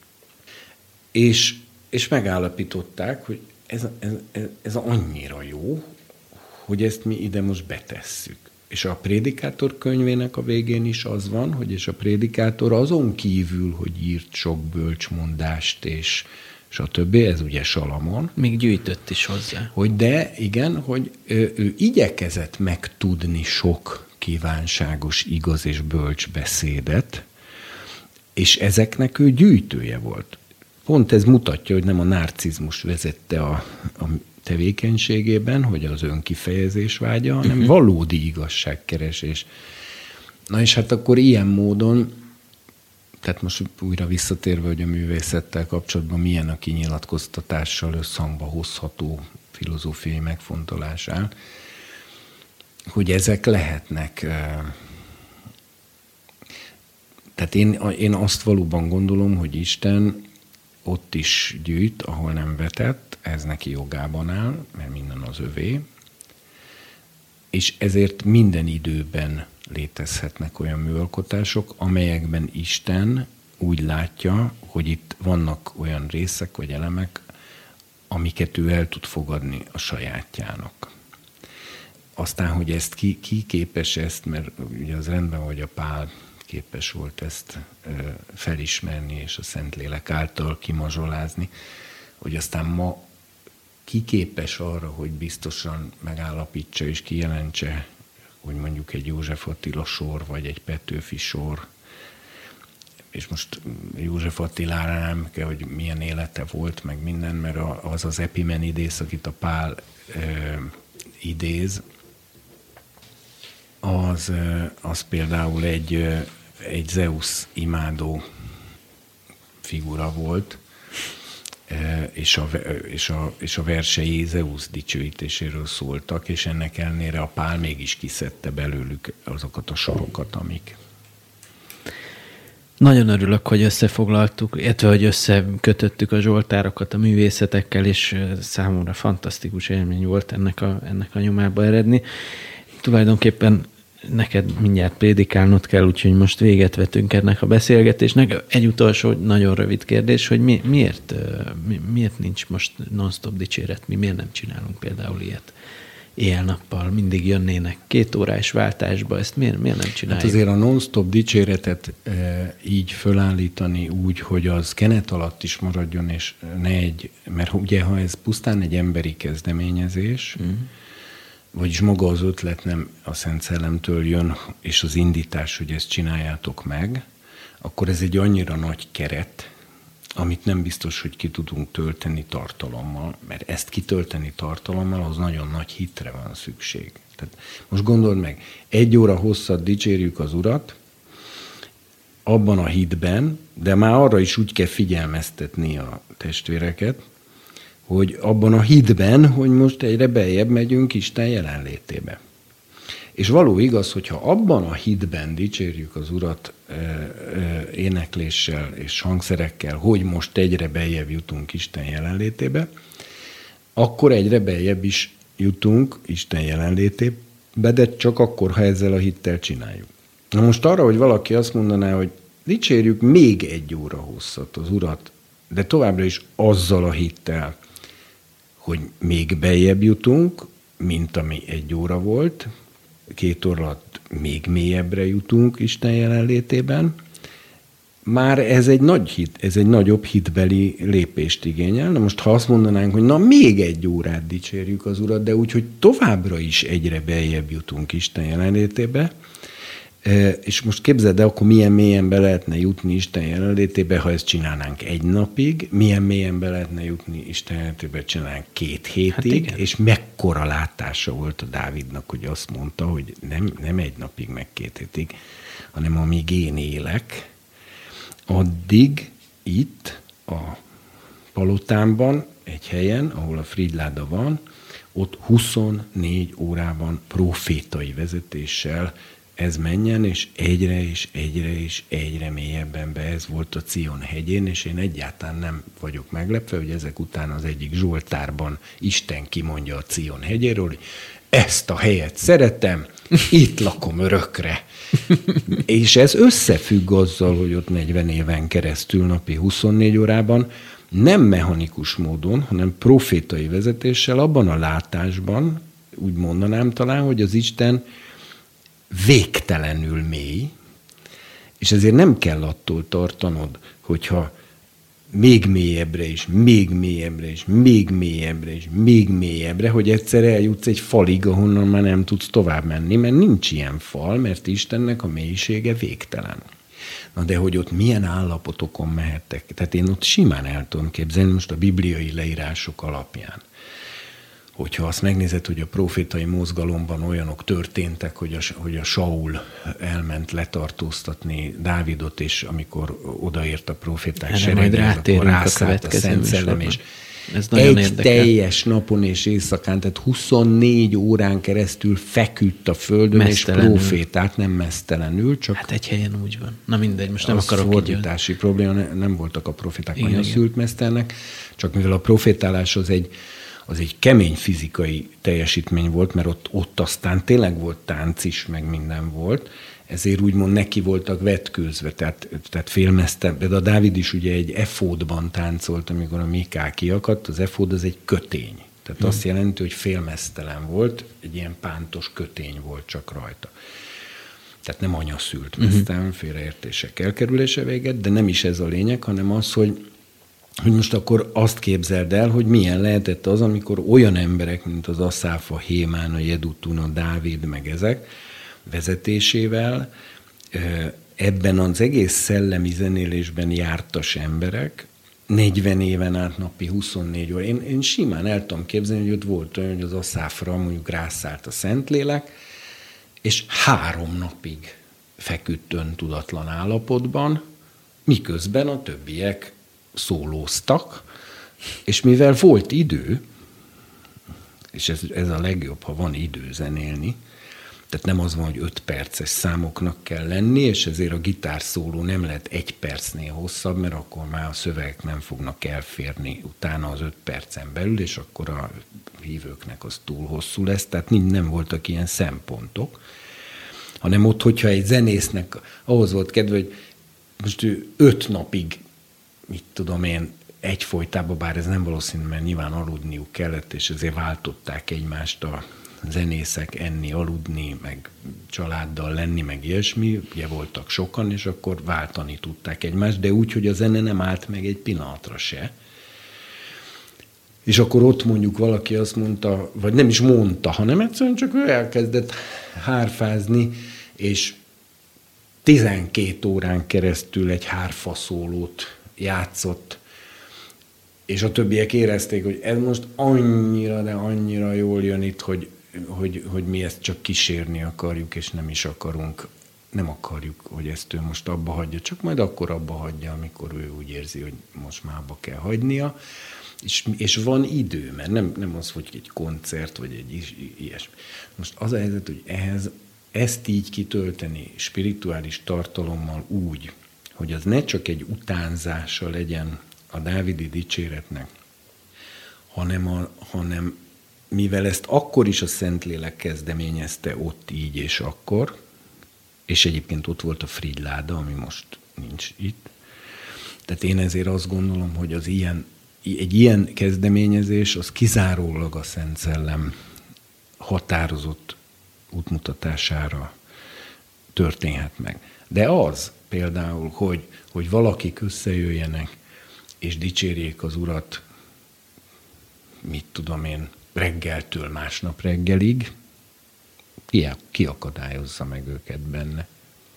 és megállapították, hogy ez annyira jó, hogy ezt mi ide most betesszük. És a Prédikátor könyvének a végén is az van, hogy és a Prédikátor azon kívül, hogy írt sok bölcsmondást és stb., ez ugye Salamon. Még gyűjtött is hozzá. Hogy de, igen, hogy ő igyekezett megtudni sok kívánságos, igaz és bölcs beszédet, és ezeknek ő gyűjtője volt. Pont ez mutatja, hogy nem a narcizmus vezette a tevékenységében, hogy az önkifejezés vágya, hanem valódi igazságkeresés. Na és hát akkor ilyen módon, tehát most újra visszatérve, hogy a művészettel kapcsolatban milyen a kinyilatkoztatással összhangba hozható filozófiai megfontolásán, hogy ezek lehetnek. Tehát én azt valóban gondolom, hogy Isten ott is gyűjt, ahol nem vetett, ez neki jogában áll, mert minden az övé, és ezért minden időben létezhetnek olyan műalkotások, amelyekben Isten úgy látja, hogy itt vannak olyan részek vagy elemek, amiket ő el tud fogadni a sajátjának. Aztán, hogy ezt ki képes ezt, mert ugye az rendben, hogy a Pál képes volt ezt felismerni, és a Szentlélek által kimazsolázni, hogy aztán ma ki képes arra, hogy biztosan megállapítsa és kijelentse, hogy mondjuk egy József Attila sor, vagy egy Petőfi sor, és most József Attilára nem kell, hogy milyen élete volt, meg minden, mert az Epimenidész, akit a Pál idéz, az például egy Zeus imádó figura volt, és a versei Zeus dicsőítéséről szóltak, és ennek ellenére a Pál mégis kiszedte belőlük azokat a sorokat, amik... Nagyon örülök, hogy összefoglaltuk, illetve hogy összekötöttük a zsoltárokat a művészetekkel, és számomra fantasztikus élmény volt ennek a nyomába eredni. Tulajdonképpen neked mindjárt prédikálnod kell, úgyhogy most véget vetünk ennek a beszélgetésnek. Egy utolsó, nagyon rövid kérdés, hogy miért nincs most non-stop dicséret? Mi miért nem csinálunk például ilyet? Éjjel-nappal mindig jönnének 2 órás váltásba, ezt miért nem csináljuk? Hát azért a non-stop dicséretet így fölállítani úgy, hogy az kenet alatt is maradjon, és mert ugye ha ez pusztán egy emberi kezdeményezés, vagyis maga az ötlet nem a Szent Szellemtől jön, és az indítás, hogy ezt csináljátok meg, akkor ez egy annyira nagy keret, amit nem biztos, hogy ki tudunk tölteni tartalommal, mert ezt kitölteni tartalommal, az nagyon nagy hitre van szükség. Tehát most gondold meg, 1 óra hosszat dicsérjük az Urat, abban a hitben, de már arra is úgy kell figyelmeztetni a testvéreket, hogy abban a hitben, hogy most egyre beljebb megyünk Isten jelenlétébe. És való igaz, hogyha abban a hitben dicsérjük az Urat énekléssel és hangszerekkel, hogy most egyre beljebb jutunk Isten jelenlétébe, akkor egyre beljebb is jutunk Isten jelenlétébe, de csak akkor, ha ezzel a hittel csináljuk. Na most arra, hogy valaki azt mondaná, hogy dicsérjük még 1 óra hosszat az Urat, de továbbra is azzal a hittel, hogy még beljebb jutunk, mint ami 1 óra volt, 2 óra alatt még mélyebbre jutunk Isten jelenlétében, már ez egy nagy hit, ez egy nagyobb hitbeli lépést igényel. Na most, ha azt mondanánk, hogy na még 1 órát dicsérjük az Urat, de úgy, hogy továbbra is egyre beljebb jutunk Isten jelenlétébe, és most képzeld el, akkor milyen mélyen be lehetne jutni Isten jelenlétébe, ha ezt csinálnánk 1 napig, milyen mélyen be lehetne jutni Isten jelenlétébe, csinálnánk 2 hétig, hát és mekkora látása volt a Dávidnak, hogy azt mondta, hogy nem 1 napig, meg 2 hétig, hanem amíg én élek, addig itt a palotámban, egy helyen, ahol a Frigyláda van, ott 24 órában profétai vezetéssel ez menjen, és egyre mélyebben be. Ez volt a Cion hegyén, és én egyáltalán nem vagyok meglepve, hogy ezek után az egyik zsoltárban Isten kimondja a Cion hegyéről, hogy ezt a helyet szeretem, itt lakom örökre. És ez összefügg azzal, hogy ott 40 éven keresztül napi 24 órában nem mechanikus módon, hanem profétai vezetéssel abban a látásban, úgy mondanám talán, hogy az Isten végtelenül mély, és ezért nem kell attól tartanod, hogyha még mélyebbre és még mélyebbre és még mélyebbre és még mélyebbre, hogy egyszer eljutsz egy falig, ahonnan már nem tudsz tovább menni, mert nincs ilyen fal, mert Istennek a mélysége végtelen. Na de hogy ott milyen állapotokon mehettek? Tehát én ott simán el tudom képzelni most a bibliai leírások alapján, hogyha azt megnézed, hogy a profétai mozgalomban olyanok történtek, hogy a Saul elment letartóztatni Dávidot, és amikor odaért a proféták seregéhez, akkor rászállt a Szent Szellem, és egy teljes napon és éjszakán, tehát 24 órán keresztül feküdt a földön, és profétát, nem mesztelenül, csak... Hát egy helyen úgy van. Na mindegy, most nem akarok fordítási probléma, nem voltak a proféták anyaszült mesztelnek, csak mivel a profétálás az egy kemény fizikai teljesítmény volt, mert ott aztán tényleg volt tánc is, meg minden volt, ezért úgymond neki voltak vetkőzve, tehát félmezte, de a Dávid is ugye egy efódban táncolt, amikor a Mikál kiakadt, az efód az egy kötény. Tehát azt jelenti, hogy félmeztelen volt, egy ilyen pántos kötény volt csak rajta. Tehát nem anyaszült meztelen, félreértések elkerülése véget, de nem is ez a lényeg, hanem az, hogy most akkor azt képzeld el, hogy milyen lehetett az, amikor olyan emberek, mint az Aszáf, a Hémán, a Jedutun, a Dávid, meg ezek vezetésével ebben az egész szellemi zenélésben jártas emberek, 40 éven át napi 24 óra. Én simán el tudom képzelni, hogy ott volt olyan, hogy az Aszáfra mondjuk rászállt a Szentlélek, és 3 napig feküdt öntudatlan állapotban, miközben a többiek szólóztak, és mivel volt idő, és ez a legjobb, ha van idő zenélni, tehát nem az van, hogy 5 perces számoknak kell lenni, és ezért a gitárszóló nem lehet 1 percnél hosszabb, mert akkor már a szövegek nem fognak elférni utána az 5 percen belül, és akkor a hívőknek az túl hosszú lesz, tehát nem voltak ilyen szempontok, hanem ott, hogyha egy zenésznek ahhoz volt kedve, hogy most ő 5 napig, mit tudom én, egyfolytában, bár ez nem valószínű, mert nyilván aludniuk kellett, és ezért váltották egymást a zenészek enni, aludni, meg családdal lenni, meg ilyesmi, ugye voltak sokan, és akkor váltani tudták egymást, de úgy, hogy a zene nem állt meg egy pillanatra se. És akkor ott mondjuk valaki azt mondta, vagy nem is mondta, hanem egyszerűen csak ő elkezdett hárfázni, és 12 órán keresztül egy hárfaszólót játszott, és a többiek érezték, hogy ez most annyira, de annyira jól jön itt, hogy mi ezt csak kísérni akarjuk, és nem is akarunk. Nem akarjuk, hogy ezt ő most abba hagyja, csak majd akkor abba hagyja, amikor ő úgy érzi, hogy most már abba kell hagynia. És van idő, mert nem az, hogy egy koncert, vagy egy ilyesmi. Most az a helyzet, hogy ezt így kitölteni spirituális tartalommal úgy, hogy az ne csak egy utánzása legyen a dávidi dicséretnek, hanem mivel ezt akkor is a Szentlélek kezdeményezte ott így és akkor, és egyébként ott volt a Frigyláda, ami most nincs itt. Tehát én ezért azt gondolom, hogy egy ilyen kezdeményezés az kizárólag a Szent Szellem határozott útmutatására történhet meg. De az például, hogy valakik összejöjjenek és dicsérjék az Urat, mit tudom én, reggeltől másnap reggelig, ki akadályozza meg őket benne?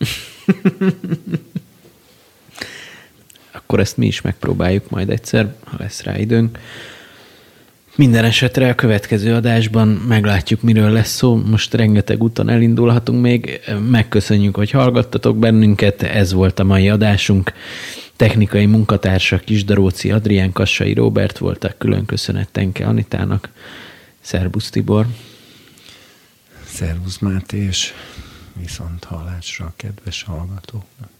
Akkor ezt mi is megpróbáljuk majd egyszer, ha lesz rá időnk. Minden esetre a következő adásban meglátjuk, miről lesz szó. Most rengeteg úton elindulhatunk még. Megköszönjük, hogy hallgattatok bennünket. Ez volt a mai adásunk. Technikai munkatársa Kisdaróci Adrián, Kassai Róbert voltak. Külön köszönet Tenke Anitának. Szerbusz Tibor. Szervusz Máté, és viszont hallásra a kedves hallgatóknak.